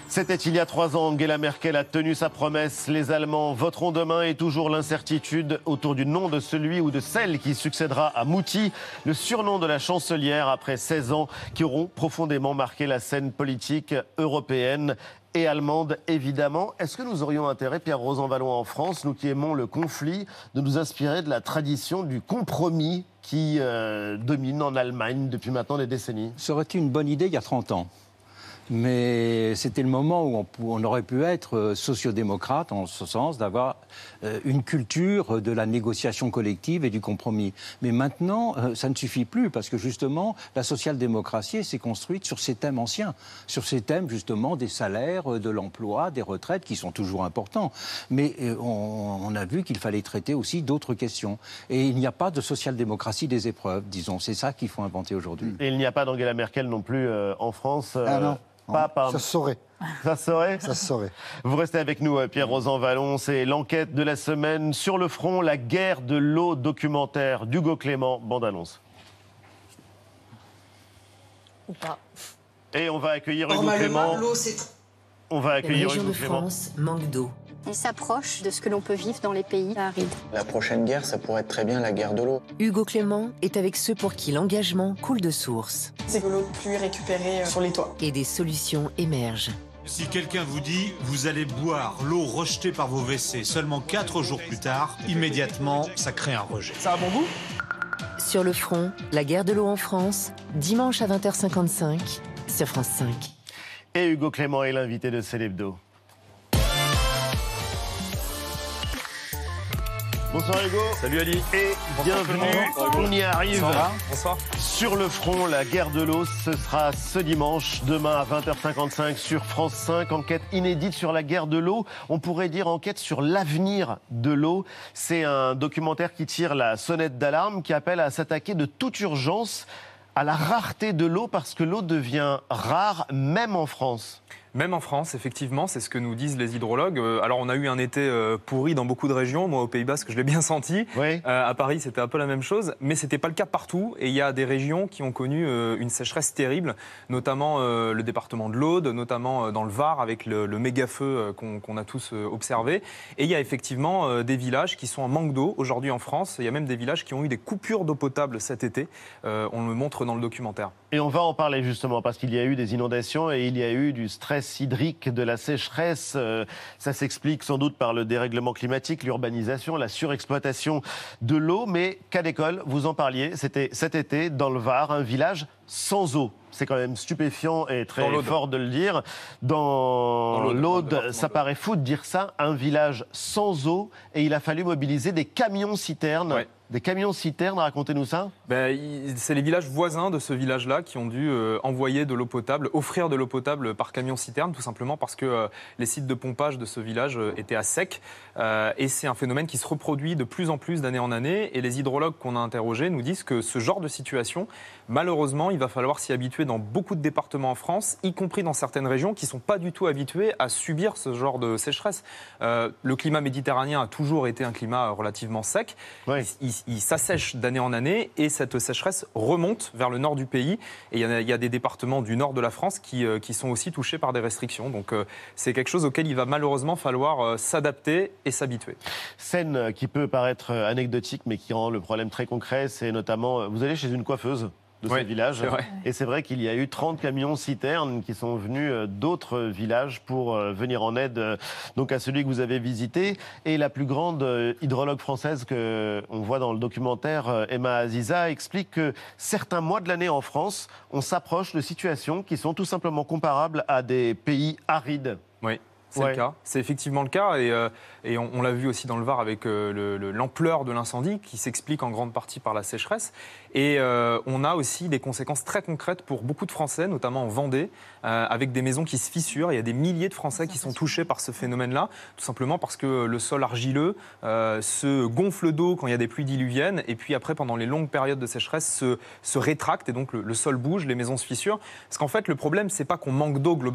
C'était il y a 3 ans, Angela Merkel a tenu sa promesse. Les Allemands voteront demain et toujours l'incertitude autour du nom de celui ou de celle qui succédera à Mutti, le surnom de la chancelière après 16 ans qui auront profondément marqué la scène politique européenne et allemande, évidemment. Est-ce que nous aurions intérêt, Pierre Rosanvallon, en France, nous qui aimons le conflit, de nous inspirer de la tradition du compromis qui domine en Allemagne depuis maintenant des décennies? Ça aurait été une bonne idée il y a 30 ans. Mais c'était le moment où on aurait pu être sociodémocrate, en ce sens, d'avoir une culture de la négociation collective et du compromis. Mais maintenant, ça ne suffit plus, parce que justement, la social-démocratie s'est construite sur ces thèmes anciens, sur ces thèmes justement des salaires, de l'emploi, des retraites, qui sont toujours importants. Mais on a vu qu'il fallait traiter aussi d'autres questions. Et il n'y a pas de social-démocratie des épreuves, disons. C'est ça qu'il faut inventer aujourd'hui. Et il n'y a pas d'Angela Merkel non plus en France. Ah non. Pas. Ça se saurait. Ça se saurait ? Ça se saurait. Vous restez avec nous, Pierre Rosanvallon. C'est l'enquête de la semaine. Sur le front, la guerre de l'eau, documentaire d'Hugo Clément. Bande-annonce. Ou pas. Et on va accueillir Hugo Clément. On va accueillir Hugo Clément. France manque d'eau. Il s'approche de ce que l'on peut vivre dans les pays arides. La prochaine guerre, ça pourrait être très bien la guerre de l'eau. Hugo Clément est avec ceux pour qui l'engagement coule de source. C'est de l'eau de pluie récupérée sur les toits. Et des solutions émergent. Si quelqu'un vous dit « vous allez boire l'eau rejetée par vos WC seulement 4 jours plus tard », immédiatement, ça crée un rejet. Ça a bon goût ? Sur le front, la guerre de l'eau en France, dimanche à 20h55 sur France 5. Et Hugo Clément est l'invité de Célébdo. Bonsoir Hugo. Salut Ali. Et bienvenue. On y arrive. Bonsoir. Sur le front, la guerre de l'eau, ce sera ce dimanche, demain à 20h55 sur France 5. Enquête inédite sur la guerre de l'eau. On pourrait dire enquête sur l'avenir de l'eau. C'est un documentaire qui tire la sonnette d'alarme, qui appelle à s'attaquer de toute urgence à la rareté de l'eau, parce que l'eau devient rare, même en France. Même en France, effectivement, c'est ce que nous disent les hydrologues. Alors, on a eu un été pourri dans beaucoup de régions. Moi, au Pays Basque, je l'ai bien senti. Oui. À Paris, c'était un peu la même chose. Mais ce n'était pas le cas partout. Et il y a des régions qui ont connu une sécheresse terrible, notamment le département de l'Aude, notamment dans le Var, avec le méga-feu qu'on a tous observé. Et il y a effectivement des villages qui sont en manque d'eau aujourd'hui en France. Il y a même des villages qui ont eu des coupures d'eau potable cet été. On le montre dans le documentaire. Et on va en parler justement, parce qu'il y a eu des inondations et il y a eu du stress hydrique, de la sécheresse. Ça s'explique sans doute par le dérèglement climatique, l'urbanisation, la surexploitation de l'eau. Mais cas d'école, vous en parliez, c'était cet été dans le Var, un village sans eau. C'est quand même stupéfiant et très fort de le dire. Dans l'Aude, ça paraît fou de dire ça, un village sans eau, et il a fallu mobiliser des camions-citernes. Ouais. Des camions-citernes, racontez-nous ça. C'est les villages voisins de ce village-là qui ont dû envoyer de l'eau potable, offrir de l'eau potable par camion-citerne, tout simplement parce que les sites de pompage de ce village étaient à sec. Et c'est un phénomène qui se reproduit de plus en plus d'année en année. Et les hydrologues qu'on a interrogés nous disent que ce genre de situation, malheureusement, il va falloir s'y habituer dans beaucoup de départements en France, y compris dans certaines régions qui ne sont pas du tout habituées à subir ce genre de sécheresse. Le climat méditerranéen a toujours été un climat relativement sec. Ouais. Il s'assèche d'année en année et cette sécheresse remonte vers le nord du pays. Et il y a des départements du nord de la France qui sont aussi touchés par des restrictions. Donc c'est quelque chose auquel il va malheureusement falloir s'adapter et s'habituer. Scène qui peut paraître anecdotique mais qui rend le problème très concret, c'est notamment, vous allez chez une coiffeuse de ce village. Et c'est vrai qu'il y a eu 30 camions-citernes qui sont venus d'autres villages pour venir en aide donc à celui que vous avez visité. Et la plus grande hydrologue française qu'on voit dans le documentaire, Emma Aziza, explique que certains mois de l'année en France, on s'approche de situations qui sont tout simplement comparables à des pays arides. Oui. C'est le cas, c'est effectivement le cas et on l'a vu aussi dans le Var avec l'ampleur de l'incendie qui s'explique en grande partie par la sécheresse. Et on a aussi des conséquences très concrètes pour beaucoup de Français, notamment en Vendée, avec des maisons qui se fissurent. Il y a des milliers de Français qui sont touchés par ce phénomène-là, tout simplement parce que le sol argileux se gonfle d'eau quand il y a des pluies diluviennes et puis après, pendant les longues périodes de sécheresse, se rétracte et donc le sol bouge, les maisons se fissurent. Parce qu'en fait, le problème, c'est pas qu'on manque d'eau globalement.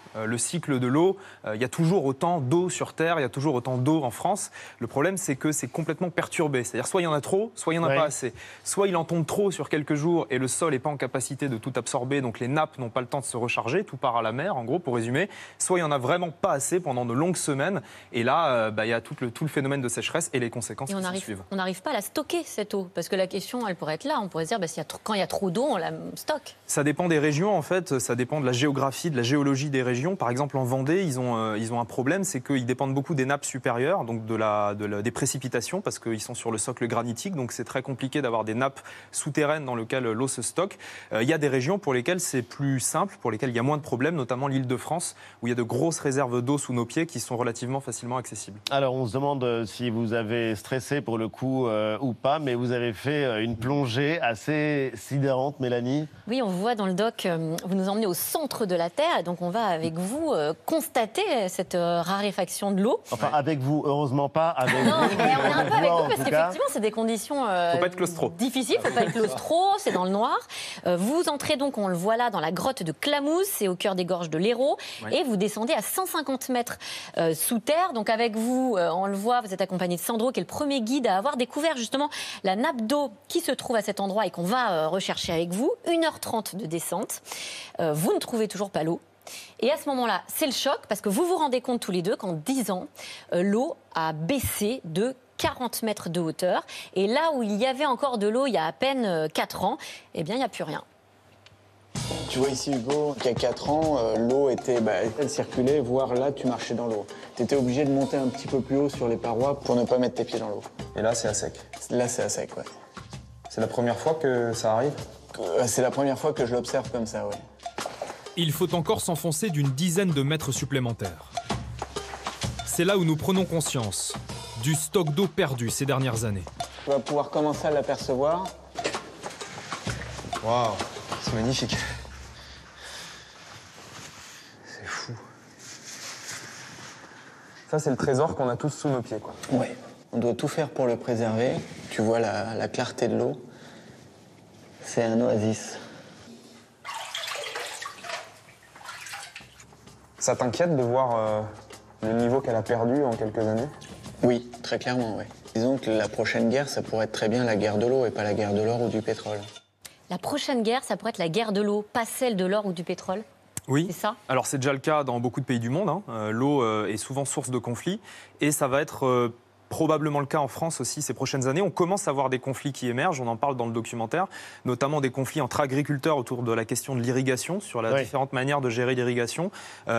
Le cycle de l'eau, il y a toujours autant d'eau sur Terre, il y a toujours autant d'eau en France. Le problème, c'est que c'est complètement perturbé. C'est-à-dire soit il y en a trop, soit il n'y en a pas assez. Soit il en tombe trop sur quelques jours et le sol n'est pas en capacité de tout absorber, donc les nappes n'ont pas le temps de se recharger, tout part à la mer, en gros, pour résumer. Soit il n'y en a vraiment pas assez pendant de longues semaines. Et là, il y a tout le phénomène de sécheresse et les conséquences qui s'en suivent. On n'arrive pas à la stocker, cette eau. Parce que la question, elle pourrait être là. On pourrait se dire, quand il y a trop d'eau, on la stocke. Ça dépend des régions, en fait. Ça dépend de la géographie, de la géologie des régions. Par exemple, en Vendée, ils ont un problème, c'est qu'ils dépendent beaucoup des nappes supérieures, donc des précipitations, parce qu'ils sont sur le socle granitique. Donc c'est très compliqué d'avoir des nappes souterraines dans lesquelles l'eau se stocke. Il y a des régions pour lesquelles c'est plus simple, pour lesquelles il y a moins de problèmes, notamment l'Île-de-France, où il y a de grosses réserves d'eau sous nos pieds qui sont relativement facilement accessibles. Alors on se demande si vous avez stressé pour le coup ou pas, mais vous avez fait une plongée assez sidérante, Mélanie. Oui, on vous voit dans le doc, vous nous emmenez au centre de la Terre, et donc on va avec vous constater cette raréfaction de l'eau. Enfin, avec vous, heureusement pas avec vous. Non, mais on est un peu avec vous parce qu'effectivement, c'est des conditions faut pas être claustro. difficiles, faut pas être claustro, c'est dans le noir. Vous entrez donc, on le voit là, dans la grotte de Clamousse, c'est au cœur des gorges de l'Hérault, et vous descendez à 150 mètres sous terre. Donc avec vous, on le voit, vous êtes accompagné de Sandro, qui est le premier guide à avoir découvert justement la nappe d'eau qui se trouve à cet endroit et qu'on va rechercher avec vous. 1h30 de descente. Vous ne trouvez toujours pas l'eau. Et à ce moment-là, c'est le choc, parce que vous vous rendez compte tous les deux qu'en 10 ans, l'eau a baissé de 40 mètres de hauteur. Et là où il y avait encore de l'eau il y a à peine 4 ans, eh bien, il n'y a plus rien. Tu vois ici, Hugo, qu'il y a 4 ans, l'eau était, elle circulait, voire là, tu marchais dans l'eau. Tu étais obligé de monter un petit peu plus haut sur les parois pour ne pas mettre tes pieds dans l'eau. Et là, c'est à sec? Là, c'est à sec, ouais. C'est la première fois que ça arrive? C'est la première fois que je l'observe comme ça, ouais. Il faut encore s'enfoncer d'une dizaine de mètres supplémentaires. C'est là où nous prenons conscience du stock d'eau perdu ces dernières années. Tu vas pouvoir commencer à l'apercevoir. Waouh, c'est magnifique. C'est fou. Ça, c'est le trésor qu'on a tous sous nos pieds, quoi. Ouais. On doit tout faire pour le préserver. Tu vois la clarté de l'eau. C'est un oasis. Ça t'inquiète de voir le niveau qu'elle a perdu en quelques années? Oui, très clairement, oui. Disons que la prochaine guerre, ça pourrait être très bien la guerre de l'eau et pas la guerre de l'or ou du pétrole. La prochaine guerre, ça pourrait être la guerre de l'eau, pas celle de l'or ou du pétrole? Oui, c'est ça. Alors c'est déjà le cas dans beaucoup de pays du monde. L'eau est souvent source de conflits et ça va être probablement le cas en France aussi ces prochaines années. On commence à voir des conflits qui émergent, on en parle dans le documentaire, notamment des conflits entre agriculteurs autour de la question de l'irrigation, sur la différentes manières de gérer l'irrigation,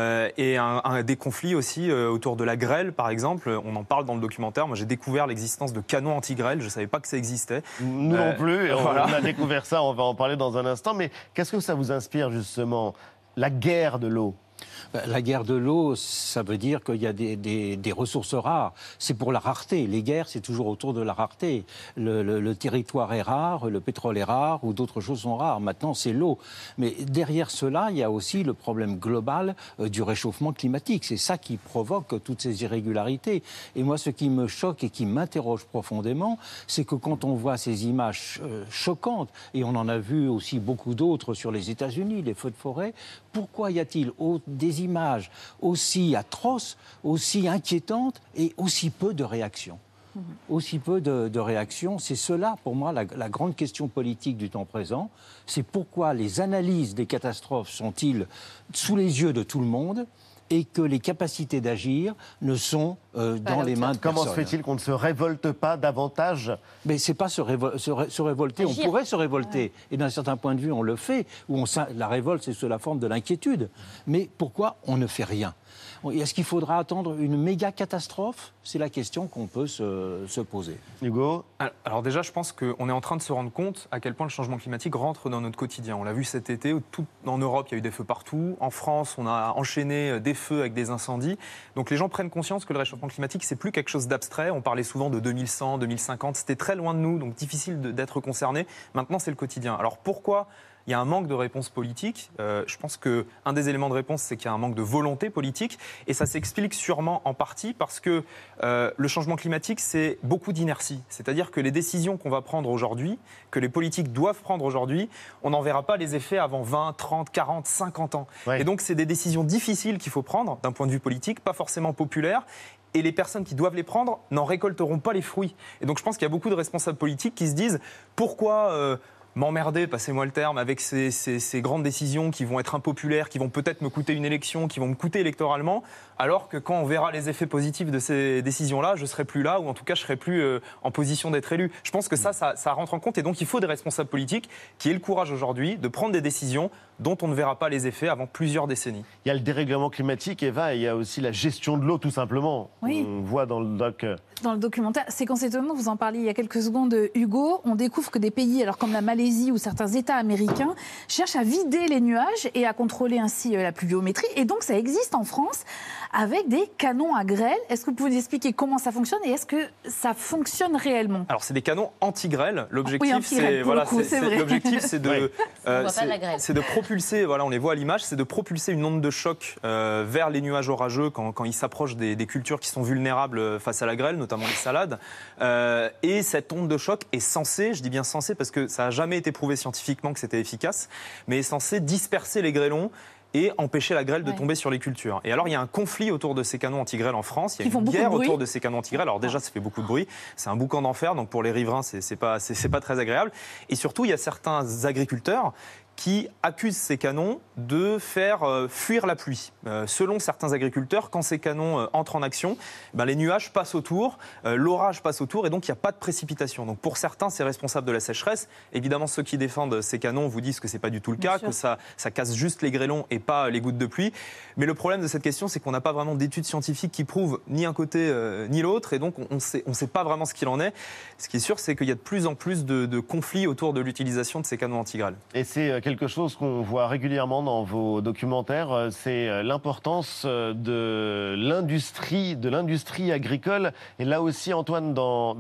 et des conflits aussi autour de la grêle, par exemple. On en parle dans le documentaire. Moi, j'ai découvert l'existence de canons anti-grêle, je ne savais pas que ça existait. Nous non plus, voilà. On a découvert ça, on va en parler dans un instant. Mais qu'est-ce que ça vous inspire justement, la guerre de l'eau? La guerre de l'eau, ça veut dire qu'il y a des ressources rares. C'est pour la rareté. Les guerres, c'est toujours autour de la rareté. Le territoire est rare, le pétrole est rare ou d'autres choses sont rares. Maintenant, c'est l'eau. Mais derrière cela, il y a aussi le problème global du réchauffement climatique. C'est ça qui provoque toutes ces irrégularités. Et moi, ce qui me choque et qui m'interroge profondément, c'est que quand on voit ces images choquantes, et on en a vu aussi beaucoup d'autres sur les États-Unis, les feux de forêt, pourquoi y a-t-il des images aussi atroces, aussi inquiétantes et aussi peu de réactions? Aussi peu de réactions, c'est cela pour moi la grande question politique du temps présent. C'est pourquoi les analyses des catastrophes sont-ils sous les yeux de tout le monde et que les capacités d'agir ne sont dans les mains de personne. Comment se fait-il qu'on ne se révolte pas davantage? Mais c'est pas se révolter. Agir. On pourrait se révolter. Et d'un certain point de vue, on le fait. La révolte, c'est sous la forme de l'inquiétude. Mais pourquoi on ne fait rien? Est-ce qu'il faudra attendre une méga catastrophe? C'est la question qu'on peut se poser. Hugo? Alors déjà, je pense qu'on est en train de se rendre compte à quel point le changement climatique rentre dans notre quotidien. On l'a vu cet été, en Europe, il y a eu des feux partout. En France, on a enchaîné des feux avec des incendies. Donc les gens prennent conscience que le réchauffement climatique, c'est plus quelque chose d'abstrait. On parlait souvent de 2100, 2050. C'était très loin de nous, donc difficile d'être concerné. Maintenant, c'est le quotidien. Alors pourquoi il y a un manque de réponse politique. Je pense qu'un des éléments de réponse, c'est qu'il y a un manque de volonté politique. Et ça s'explique sûrement en partie parce que le changement climatique, c'est beaucoup d'inertie. C'est-à-dire que les décisions qu'on va prendre aujourd'hui, que les politiques doivent prendre aujourd'hui, on n'en verra pas les effets avant 20, 30, 40, 50 ans. Ouais. Et donc, c'est des décisions difficiles qu'il faut prendre d'un point de vue politique, pas forcément populaires. Et les personnes qui doivent les prendre n'en récolteront pas les fruits. Et donc, je pense qu'il y a beaucoup de responsables politiques qui se disent pourquoi m'emmerder, passez-moi le terme, avec ces grandes décisions qui vont être impopulaires, qui vont peut-être me coûter une élection, qui vont me coûter électoralement, alors que quand on verra les effets positifs de ces décisions-là, je ne serai plus là, ou en tout cas, je ne serai plus en position d'être élu. Je pense que ça rentre en compte, et donc il faut des responsables politiques qui aient le courage aujourd'hui de prendre des décisions dont on ne verra pas les effets avant plusieurs décennies. Il y a le dérèglement climatique, Eva, et il y a aussi la gestion de l'eau, tout simplement. Oui. On voit dans le doc... Dans le documentaire, séquence étonnante, vous en parliez il y a quelques secondes, Hugo, on découvre que des pays, alors comme la Malaisie ou certains États américains, cherchent à vider les nuages et à contrôler ainsi la pluviométrie. Et donc ça existe en France avec des canons à grêle. Est-ce que vous pouvez nous expliquer comment ça fonctionne et est-ce que ça fonctionne réellement ? Alors c'est des canons anti-grêle. L'objectif, oui, c'est de propulser, voilà, on les voit à l'image, c'est de propulser une onde de choc vers les nuages orageux quand ils s'approchent des cultures qui sont vulnérables face à la grêle, notamment les salades. Et cette onde de choc est censée, je dis bien censée parce que ça n'a jamais été prouvé scientifiquement que c'était efficace, mais est censée disperser les grêlons et empêcher la grêle de tomber sur les cultures. Et alors, il y a un conflit autour de ces canons anti-grêle en France. Il y a une guerre autour de ces canons anti-grêle. Alors déjà, ça fait beaucoup de bruit. C'est un boucan d'enfer, donc pour les riverains, c'est pas très agréable. Et surtout, il y a certains agriculteurs qui accusent ces canons de faire fuir la pluie. Selon certains agriculteurs, quand ces canons entrent en action, les nuages passent autour, l'orage passe autour et donc il n'y a pas de précipitation. Donc pour certains, c'est responsable de la sécheresse. Évidemment, ceux qui défendent ces canons vous disent que ce n'est pas du tout le cas, que ça casse juste les grêlons et pas les gouttes de pluie. Mais le problème de cette question, c'est qu'on n'a pas vraiment d'études scientifiques qui prouvent ni un côté ni l'autre et donc on ne sait pas vraiment ce qu'il en est. Ce qui est sûr, c'est qu'il y a de plus en plus de conflits autour de l'utilisation de ces canons anti-grêle. Et c'est quelque chose qu'on voit régulièrement dans vos documentaires, c'est l'importance de l'industrie agricole. Et là aussi, Antoine,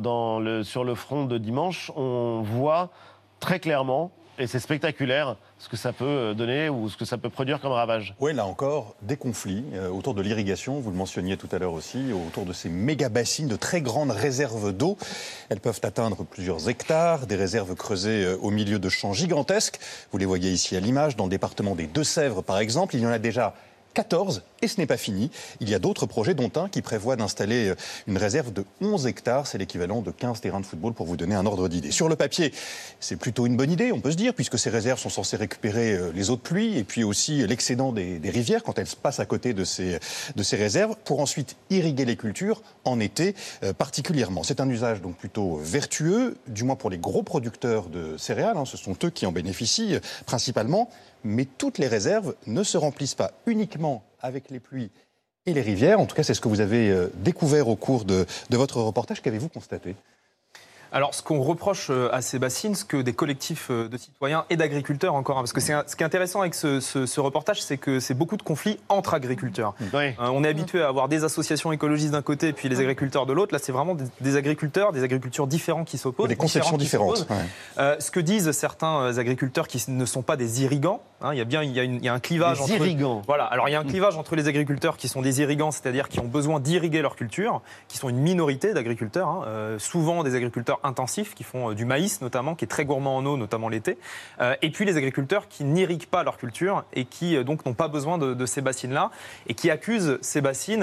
sur le front de dimanche, on voit très clairement, et c'est spectaculaire, ce que ça peut donner ou ce que ça peut produire comme ravage. Oui, là encore, des conflits autour de l'irrigation, vous le mentionniez tout à l'heure aussi, autour de ces méga-bassines, de très grandes réserves d'eau. Elles peuvent atteindre plusieurs hectares, des réserves creusées au milieu de champs gigantesques. Vous les voyez ici à l'image, dans le département des Deux-Sèvres par exemple, il y en a déjà 14, et ce n'est pas fini. Il y a d'autres projets, dont un qui prévoit d'installer une réserve de 11 hectares. C'est l'équivalent de 15 terrains de football, pour vous donner un ordre d'idée. Sur le papier, c'est plutôt une bonne idée, on peut se dire, puisque ces réserves sont censées récupérer les eaux de pluie et puis aussi l'excédent des rivières quand elles passent à côté de ces réserves, pour ensuite irriguer les cultures en été particulièrement. C'est un usage donc plutôt vertueux, du moins pour les gros producteurs de céréales. Ce sont eux qui en bénéficient principalement. Mais toutes les réserves ne se remplissent pas uniquement avec les pluies et les rivières. En tout cas, c'est ce que vous avez découvert au cours de votre reportage. Qu'avez-vous constaté ? Alors, ce qu'on reproche à ces bassines, ce que des collectifs de citoyens et d'agriculteurs encore, parce que ce qui est intéressant avec ce reportage, c'est que c'est beaucoup de conflits entre agriculteurs. Oui. On est habitué à avoir des associations écologistes d'un côté et puis les agriculteurs de l'autre. Là, c'est vraiment des agriculteurs différents qui s'opposent. Des conceptions différentes. Ce que disent certains agriculteurs qui ne sont pas des irrigants, il y a un clivage entre... irrigants. Voilà, alors il y a un clivage entre les agriculteurs qui sont des irrigants, c'est-à-dire qui ont besoin d'irriguer leur culture, qui sont une minorité d'agriculteurs, souvent des agriculteurs intensifs qui font du maïs notamment, qui est très gourmand en eau, notamment l'été, et puis les agriculteurs qui n'irriguent pas leur culture et qui donc n'ont pas besoin de ces bassines-là et qui accusent ces bassines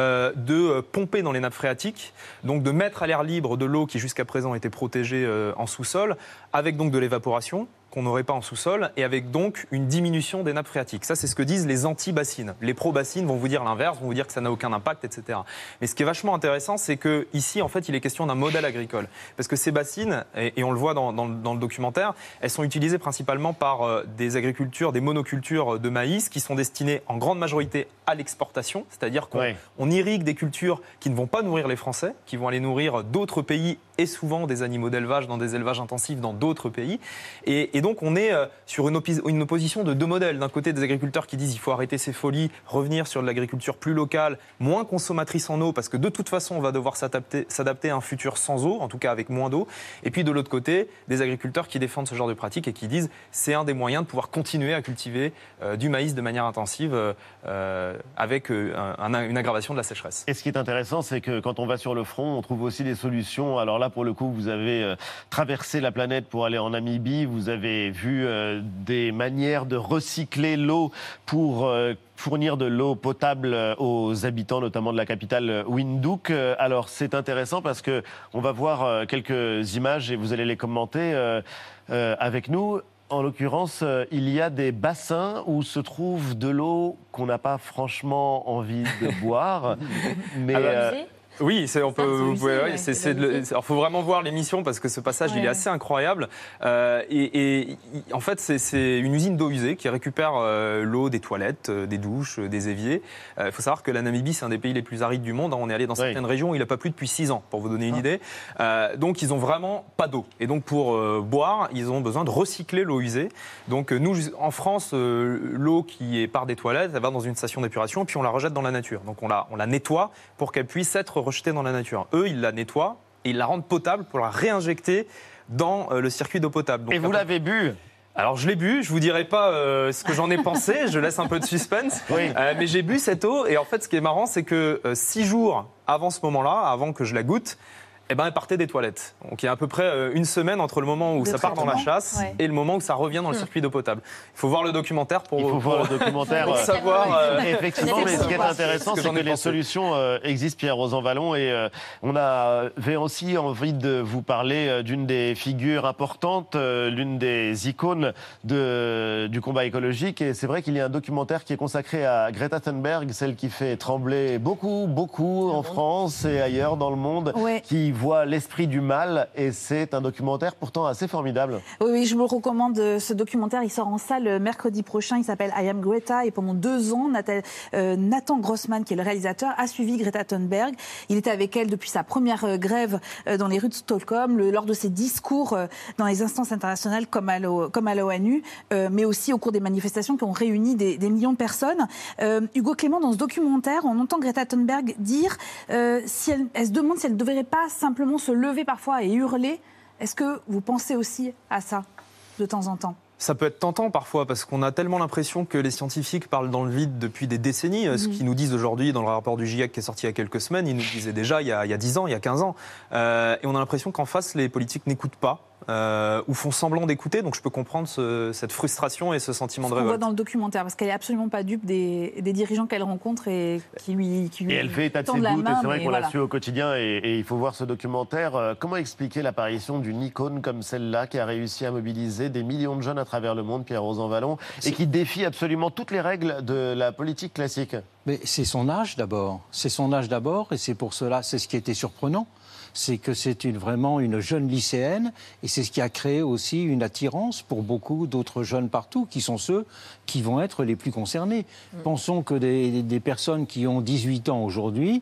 de pomper dans les nappes phréatiques, donc de mettre à l'air libre de l'eau qui jusqu'à présent était protégée en sous-sol, avec donc de l'évaporation qu'on n'aurait pas en sous-sol, et avec donc une diminution des nappes phréatiques. Ça, c'est ce que disent les anti-bassines. Les pro-bassines vont vous dire l'inverse, vont vous dire que ça n'a aucun impact, etc. Mais ce qui est vachement intéressant, c'est qu'ici, en fait, il est question d'un modèle agricole. Parce que ces bassines, et on le voit dans le documentaire, elles sont utilisées principalement par des agricultures, des monocultures de maïs qui sont destinées en grande majorité à l'exportation, c'est-à-dire qu'on irrigue des cultures qui ne vont pas nourrir les Français, qui vont aller nourrir d'autres pays et souvent des animaux d'élevage dans des élevages intensifs dans d'autres pays. Et Et donc on est sur une opposition de deux modèles. D'un côté, des agriculteurs qui disent il faut arrêter ces folies, revenir sur de l'agriculture plus locale, moins consommatrice en eau, parce que de toute façon on va devoir s'adapter à un futur sans eau, en tout cas avec moins d'eau. Et puis de l'autre côté, des agriculteurs qui défendent ce genre de pratique et qui disent c'est un des moyens de pouvoir continuer à cultiver du maïs de manière intensive avec une aggravation de la sécheresse. Et ce qui est intéressant, c'est que quand on va sur le front, on trouve aussi des solutions. Alors là, pour le coup, vous avez traversé la planète pour aller en Namibie. Vous avez vu des manières de recycler l'eau pour fournir de l'eau potable aux habitants, notamment de la capitale Windhoek. Alors c'est intéressant parce que on va voir quelques images et vous allez les commenter avec nous. En l'occurrence, il y a des bassins où se trouve de l'eau qu'on n'a pas franchement envie de boire. Mais oui, il faut vraiment voir l'émission parce que ce passage il est assez incroyable. En fait, c'est une usine d'eau usée qui récupère l'eau des toilettes, des douches, des éviers. Il faut savoir que la Namibie, c'est un des pays les plus arides du monde. On est allé dans certaines régions où il n'a pas plu depuis 6 ans, pour vous donner une idée. Donc, ils n'ont vraiment pas d'eau. Et donc, pour boire, ils ont besoin de recycler l'eau usée. Donc, nous, en France, l'eau qui part des toilettes, elle va dans une station d'épuration et puis on la rejette dans la nature. Donc, on la nettoie pour qu'elle puisse être rejetée dans la nature. Eux, ils la nettoient et ils la rendent potable pour la réinjecter dans le circuit d'eau potable. Donc, et vous l'avez bu ? Alors je l'ai bu, je vous dirai pas ce que j'en ai pensé, je laisse un peu de suspense, mais j'ai bu cette eau et en fait ce qui est marrant c'est que 6 jours avant ce moment-là, avant que je la goûte, elle partait des toilettes. Donc il y a à peu près une semaine entre le moment où ça part dans la chasse et le moment où ça revient dans le circuit d'eau potable. Il faut voir le documentaire pour savoir. Effectivement, mais ce qui est intéressant, c'est que les solutions existent, Pierre-Rosan Vallon, et on avait aussi envie de vous parler d'une des figures importantes, l'une des icônes du combat écologique. Et c'est vrai qu'il y a un documentaire qui est consacré à Greta Thunberg, celle qui fait trembler beaucoup en France et ailleurs dans le monde, qui voit l'esprit du mal, et c'est un documentaire pourtant assez formidable. Oui, je vous le recommande, ce documentaire, il sort en salle mercredi prochain, il s'appelle I Am Greta, et pendant 2 ans, Nathan Grossman, qui est le réalisateur, a suivi Greta Thunberg. Il était avec elle depuis sa première grève dans les rues de Stockholm, lors de ses discours dans les instances internationales comme à l'ONU, mais aussi au cours des manifestations qui ont réuni des millions de personnes. Hugo Clément, dans ce documentaire, on entend Greta Thunberg dire si elle se demande si elle ne devrait pas simplement se lever parfois et hurler. Est-ce que vous pensez aussi à ça de temps en temps ? Ça peut être tentant parfois parce qu'on a tellement l'impression que les scientifiques parlent dans le vide depuis des décennies. Ce qu'ils nous disent aujourd'hui dans le rapport du GIEC qui est sorti il y a quelques semaines, ils nous disaient déjà il y a 10 ans, il y a 15 ans. Et on a l'impression qu'en face, les politiques n'écoutent pas. Ou font semblant d'écouter, donc je peux comprendre cette frustration et ce sentiment de révolte. On voit dans le documentaire, parce qu'elle n'est absolument pas dupe des dirigeants qu'elle rencontre et qui lui et elle fait état de ses doutes, et c'est vrai qu'on la suit au quotidien, et il faut voir ce documentaire. Comment expliquer l'apparition d'une icône comme celle-là, qui a réussi à mobiliser des millions de jeunes à travers le monde, Pierre-Rosan Vallon, et qui défie absolument toutes les règles de la politique classique? Mais c'est son âge d'abord. C'est son âge d'abord, et c'est pour cela, c'est ce qui était surprenant. C'est que c'est vraiment une jeune lycéenne, et c'est ce qui a créé aussi une attirance pour beaucoup d'autres jeunes partout, qui sont ceux qui vont être les plus concernés. Pensons que des personnes qui ont 18 ans aujourd'hui,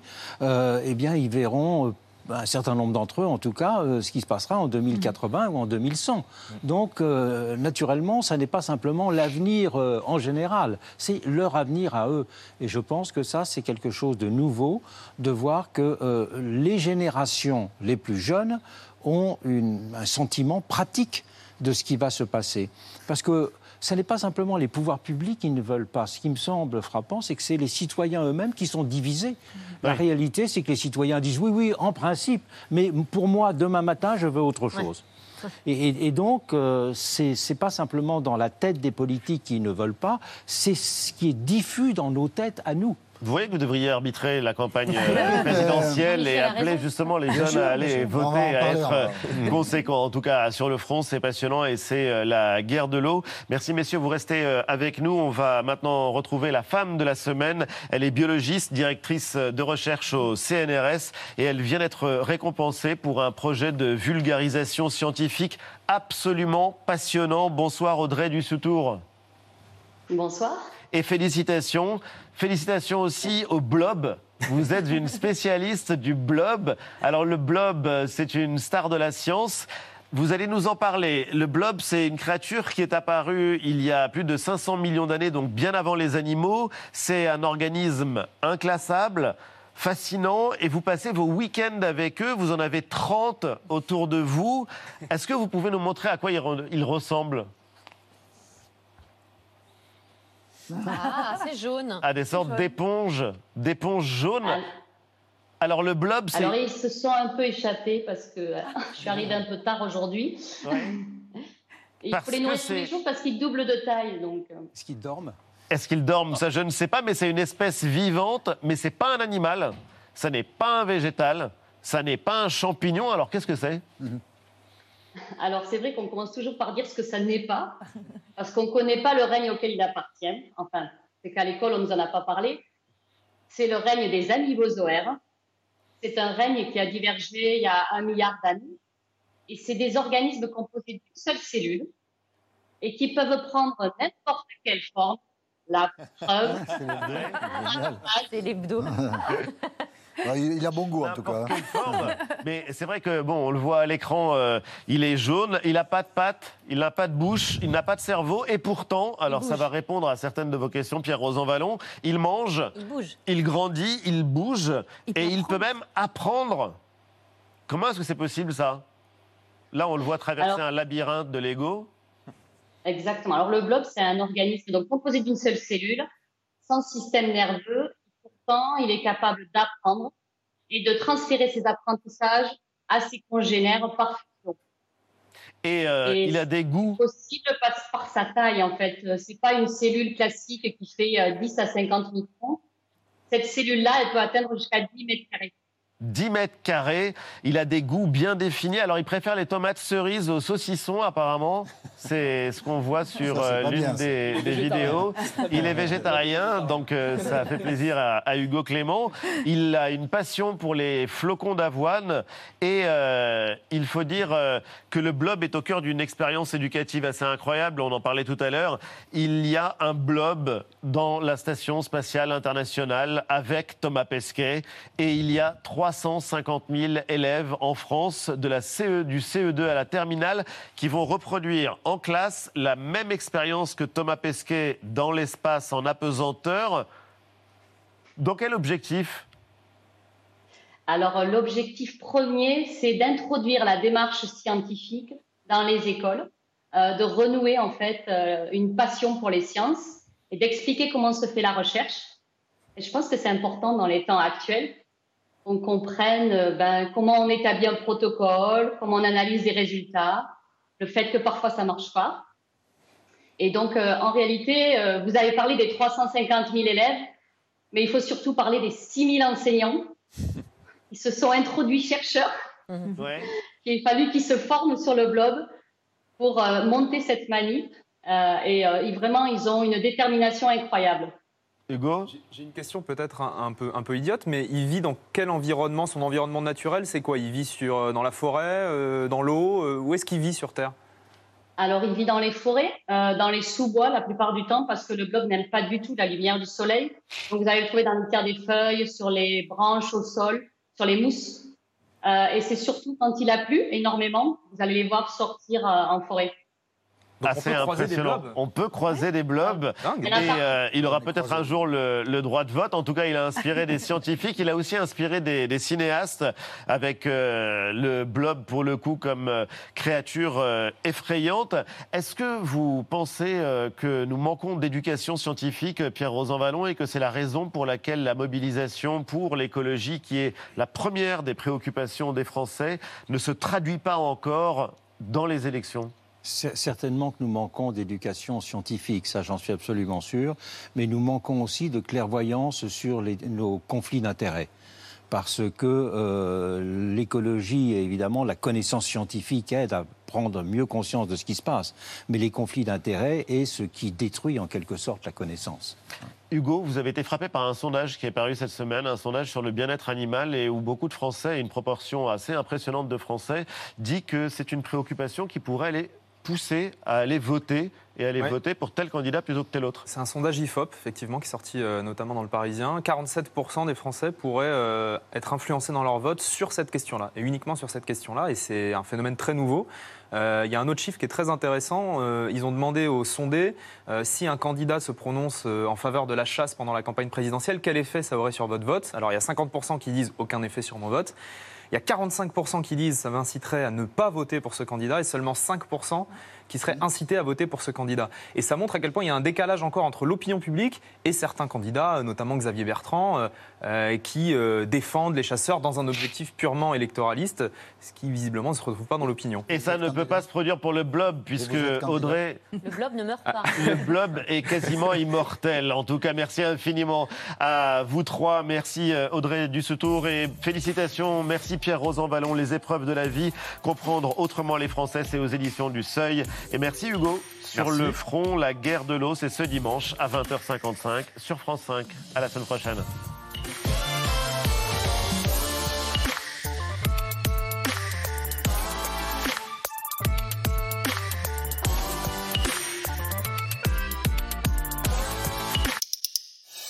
eh bien, ils verront un certain nombre d'entre eux, en tout cas, ce qui se passera en 2080 ou en 2100. Donc, naturellement, ça n'est pas simplement l'avenir en général, c'est leur avenir à eux. Et je pense que ça, c'est quelque chose de nouveau, de voir que les générations les plus jeunes ont un sentiment pratique de ce qui va se passer. Parce que ce n'est pas simplement les pouvoirs publics qui ne veulent pas. Ce qui me semble frappant, c'est que c'est les citoyens eux-mêmes qui sont divisés. La réalité, c'est que les citoyens disent oui, en principe, mais pour moi, demain matin, je veux autre chose. Et donc, c'est pas simplement dans la tête des politiques qui ne veulent pas, c'est ce qui est diffus dans nos têtes à nous. Vous voyez que vous devriez arbitrer la campagne présidentielle et appeler justement les jeunes à aller voter, à être conséquents. En tout cas, sur le front, c'est passionnant et c'est la guerre de l'eau. Merci messieurs, vous restez avec nous. On va maintenant retrouver la femme de la semaine. Elle est biologiste, directrice de recherche au CNRS et elle vient d'être récompensée pour un projet de vulgarisation scientifique absolument passionnant. Bonsoir Audrey Dussoutour. Bonsoir. Et félicitations. Félicitations aussi au blob. Vous êtes une spécialiste du blob. Alors le blob, c'est une star de la science. Vous allez nous en parler. Le blob, c'est une créature qui est apparue il y a plus de 500 millions d'années, donc bien avant les animaux. C'est un organisme inclassable, fascinant, et vous passez vos week-ends avec eux. Vous en avez 30 autour de vous. Est-ce que vous pouvez nous montrer à quoi il ressemble ? Ah, c'est jaune. À des sortes d'éponges jaunes. Alors le blob, c'est... Alors ils se sont un peu échappés parce que je suis arrivée un peu tard aujourd'hui. Ouais. Il faut les nourrir tous les jours parce qu'ils doublent de taille. Donc... Est-ce qu'ils dorment ? Est-ce qu'ils dorment ? Ça, je ne sais pas, mais c'est une espèce vivante, mais c'est pas un animal, ça n'est pas un végétal, ça n'est pas un champignon. Alors qu'est-ce que c'est ? Alors c'est vrai qu'on commence toujours par dire ce que ça n'est pas, parce qu'on ne connaît pas le règne auquel il appartient. Enfin, c'est qu'à l'école, on ne nous en a pas parlé. C'est le règne des amybozoaires. C'est un règne qui a divergé il y a 1 milliard d'années. Et c'est des organismes composés d'une seule cellule et qui peuvent prendre n'importe quelle forme. La preuve. C'est l'hebdo. Il a bon goût, en tout cas. Quelle forme. Mais c'est vrai que, bon, on le voit à l'écran, il est jaune, il n'a pas de pattes, il n'a pas de bouche, il n'a pas de cerveau. Et pourtant, alors ça va répondre à certaines de vos questions, Pierre-Rosan Vallon, il mange, il grandit, il bouge, et il peut même apprendre. Comment est-ce que c'est possible, ça ? Là, on le voit traverser un labyrinthe de Lego. Exactement. Alors, le blob, c'est un organisme donc, composé d'une seule cellule, sans système nerveux. Pourtant, il est capable d'apprendre et de transférer ses apprentissages à ses congénères par fusion. Et il a des goûts. C'est possible par sa taille, en fait. Ce n'est pas une cellule classique qui fait 10 à 50 microns. Cette cellule-là, elle peut atteindre jusqu'à 10 mètres carrés. 10 mètres carrés, il a des goûts bien définis. Alors, il préfère les tomates cerises aux saucissons, apparemment. C'est ce qu'on voit sur l'une des vidéos. Il est végétarien, donc ça fait plaisir à Hugo Clément. Il a une passion pour les flocons d'avoine. Et il faut dire que le blob est au cœur d'une expérience éducative assez incroyable. On en parlait tout à l'heure. Il y a un blob dans la Station spatiale internationale avec Thomas Pesquet. Et il y a 350 000 élèves en France du CE2 à la terminale qui vont reproduire en classe la même expérience que Thomas Pesquet dans l'espace en apesanteur. Dans quel objectif ? Alors, l'objectif premier, c'est d'introduire la démarche scientifique dans les écoles, de renouer en fait une passion pour les sciences et d'expliquer comment se fait la recherche. Et je pense que c'est important dans les temps actuels qu'on comprenne comment on établit un protocole, comment on analyse les résultats, le fait que parfois ça ne marche pas. Et donc, en réalité, vous avez parlé des 350 000 élèves, mais il faut surtout parler des 6 000 enseignants qui se sont introduits chercheurs. Il a fallu qu'ils se forment sur le blob pour monter cette manip. Vraiment, ils ont une détermination incroyable. Hugo ? J'ai une question peut-être un peu idiote, mais il vit dans quel environnement ? Son environnement naturel, c'est quoi ? Il vit dans la forêt, dans l'eau ? Où est-ce qu'il vit sur Terre ? Alors, il vit dans les forêts, dans les sous-bois la plupart du temps, parce que le blob n'aime pas du tout la lumière du soleil. Donc, vous allez le trouver dans le tiers des feuilles, sur les branches au sol, sur les mousses. Et c'est surtout quand il a plu énormément, vous allez les voir sortir en forêt. Donc assez impressionnant. On peut croiser des blobs. Et il aura peut-être un jour le droit de vote. En tout cas, il a inspiré des scientifiques. Il a aussi inspiré des cinéastes avec le blob, pour le coup, comme créature effrayante. Est-ce que vous pensez que nous manquons d'éducation scientifique, Pierre-Rosan Vallon, et que c'est la raison pour laquelle la mobilisation pour l'écologie, qui est la première des préoccupations des Français, ne se traduit pas encore dans les élections ? Certainement que nous manquons d'éducation scientifique, ça j'en suis absolument sûr, mais nous manquons aussi de clairvoyance sur nos conflits d'intérêts. Parce que l'écologie, évidemment, la connaissance scientifique aide à prendre mieux conscience de ce qui se passe. Mais les conflits d'intérêts est ce qui détruit en quelque sorte la connaissance. Hugo, vous avez été frappé par un sondage qui est paru cette semaine, un sondage sur le bien-être animal, et où beaucoup de Français, une proportion assez impressionnante de Français, dit que c'est une préoccupation qui pourrait aller pousser à aller voter et aller voter pour tel candidat plutôt que tel autre. C'est un sondage IFOP, effectivement, qui est sorti notamment dans Le Parisien. 47% des Français pourraient être influencés dans leur vote sur cette question-là, et uniquement sur cette question-là, et c'est un phénomène très nouveau. Il y a un autre chiffre qui est très intéressant. Ils ont demandé aux sondés si un candidat se prononce en faveur de la chasse pendant la campagne présidentielle, quel effet ça aurait sur votre vote. Alors il y a 50% qui disent aucun effet sur mon vote. Il y a 45% qui disent ça m'inciterait à ne pas voter pour ce candidat et seulement 5% qui seraient incités à voter pour ce candidat. Et ça montre à quel point il y a un décalage encore entre l'opinion publique et certains candidats, notamment Xavier Bertrand, qui défendent les chasseurs dans un objectif purement électoraliste, ce qui visiblement ne se retrouve pas dans l'opinion. Et ça ne peut pas se produire pour le blob, puisque Audrey... Le blob ne meurt pas. Le blob est quasiment immortel. En tout cas, merci infiniment à vous trois. Merci Audrey Dussotour et félicitations. Merci Pierre Rosanvallon. Les épreuves de la vie, comprendre autrement les Français, c'est aux éditions du Seuil. Et merci Hugo. Sur le front, la guerre de l'eau, c'est ce dimanche à 20h55 sur France 5. À la semaine prochaine.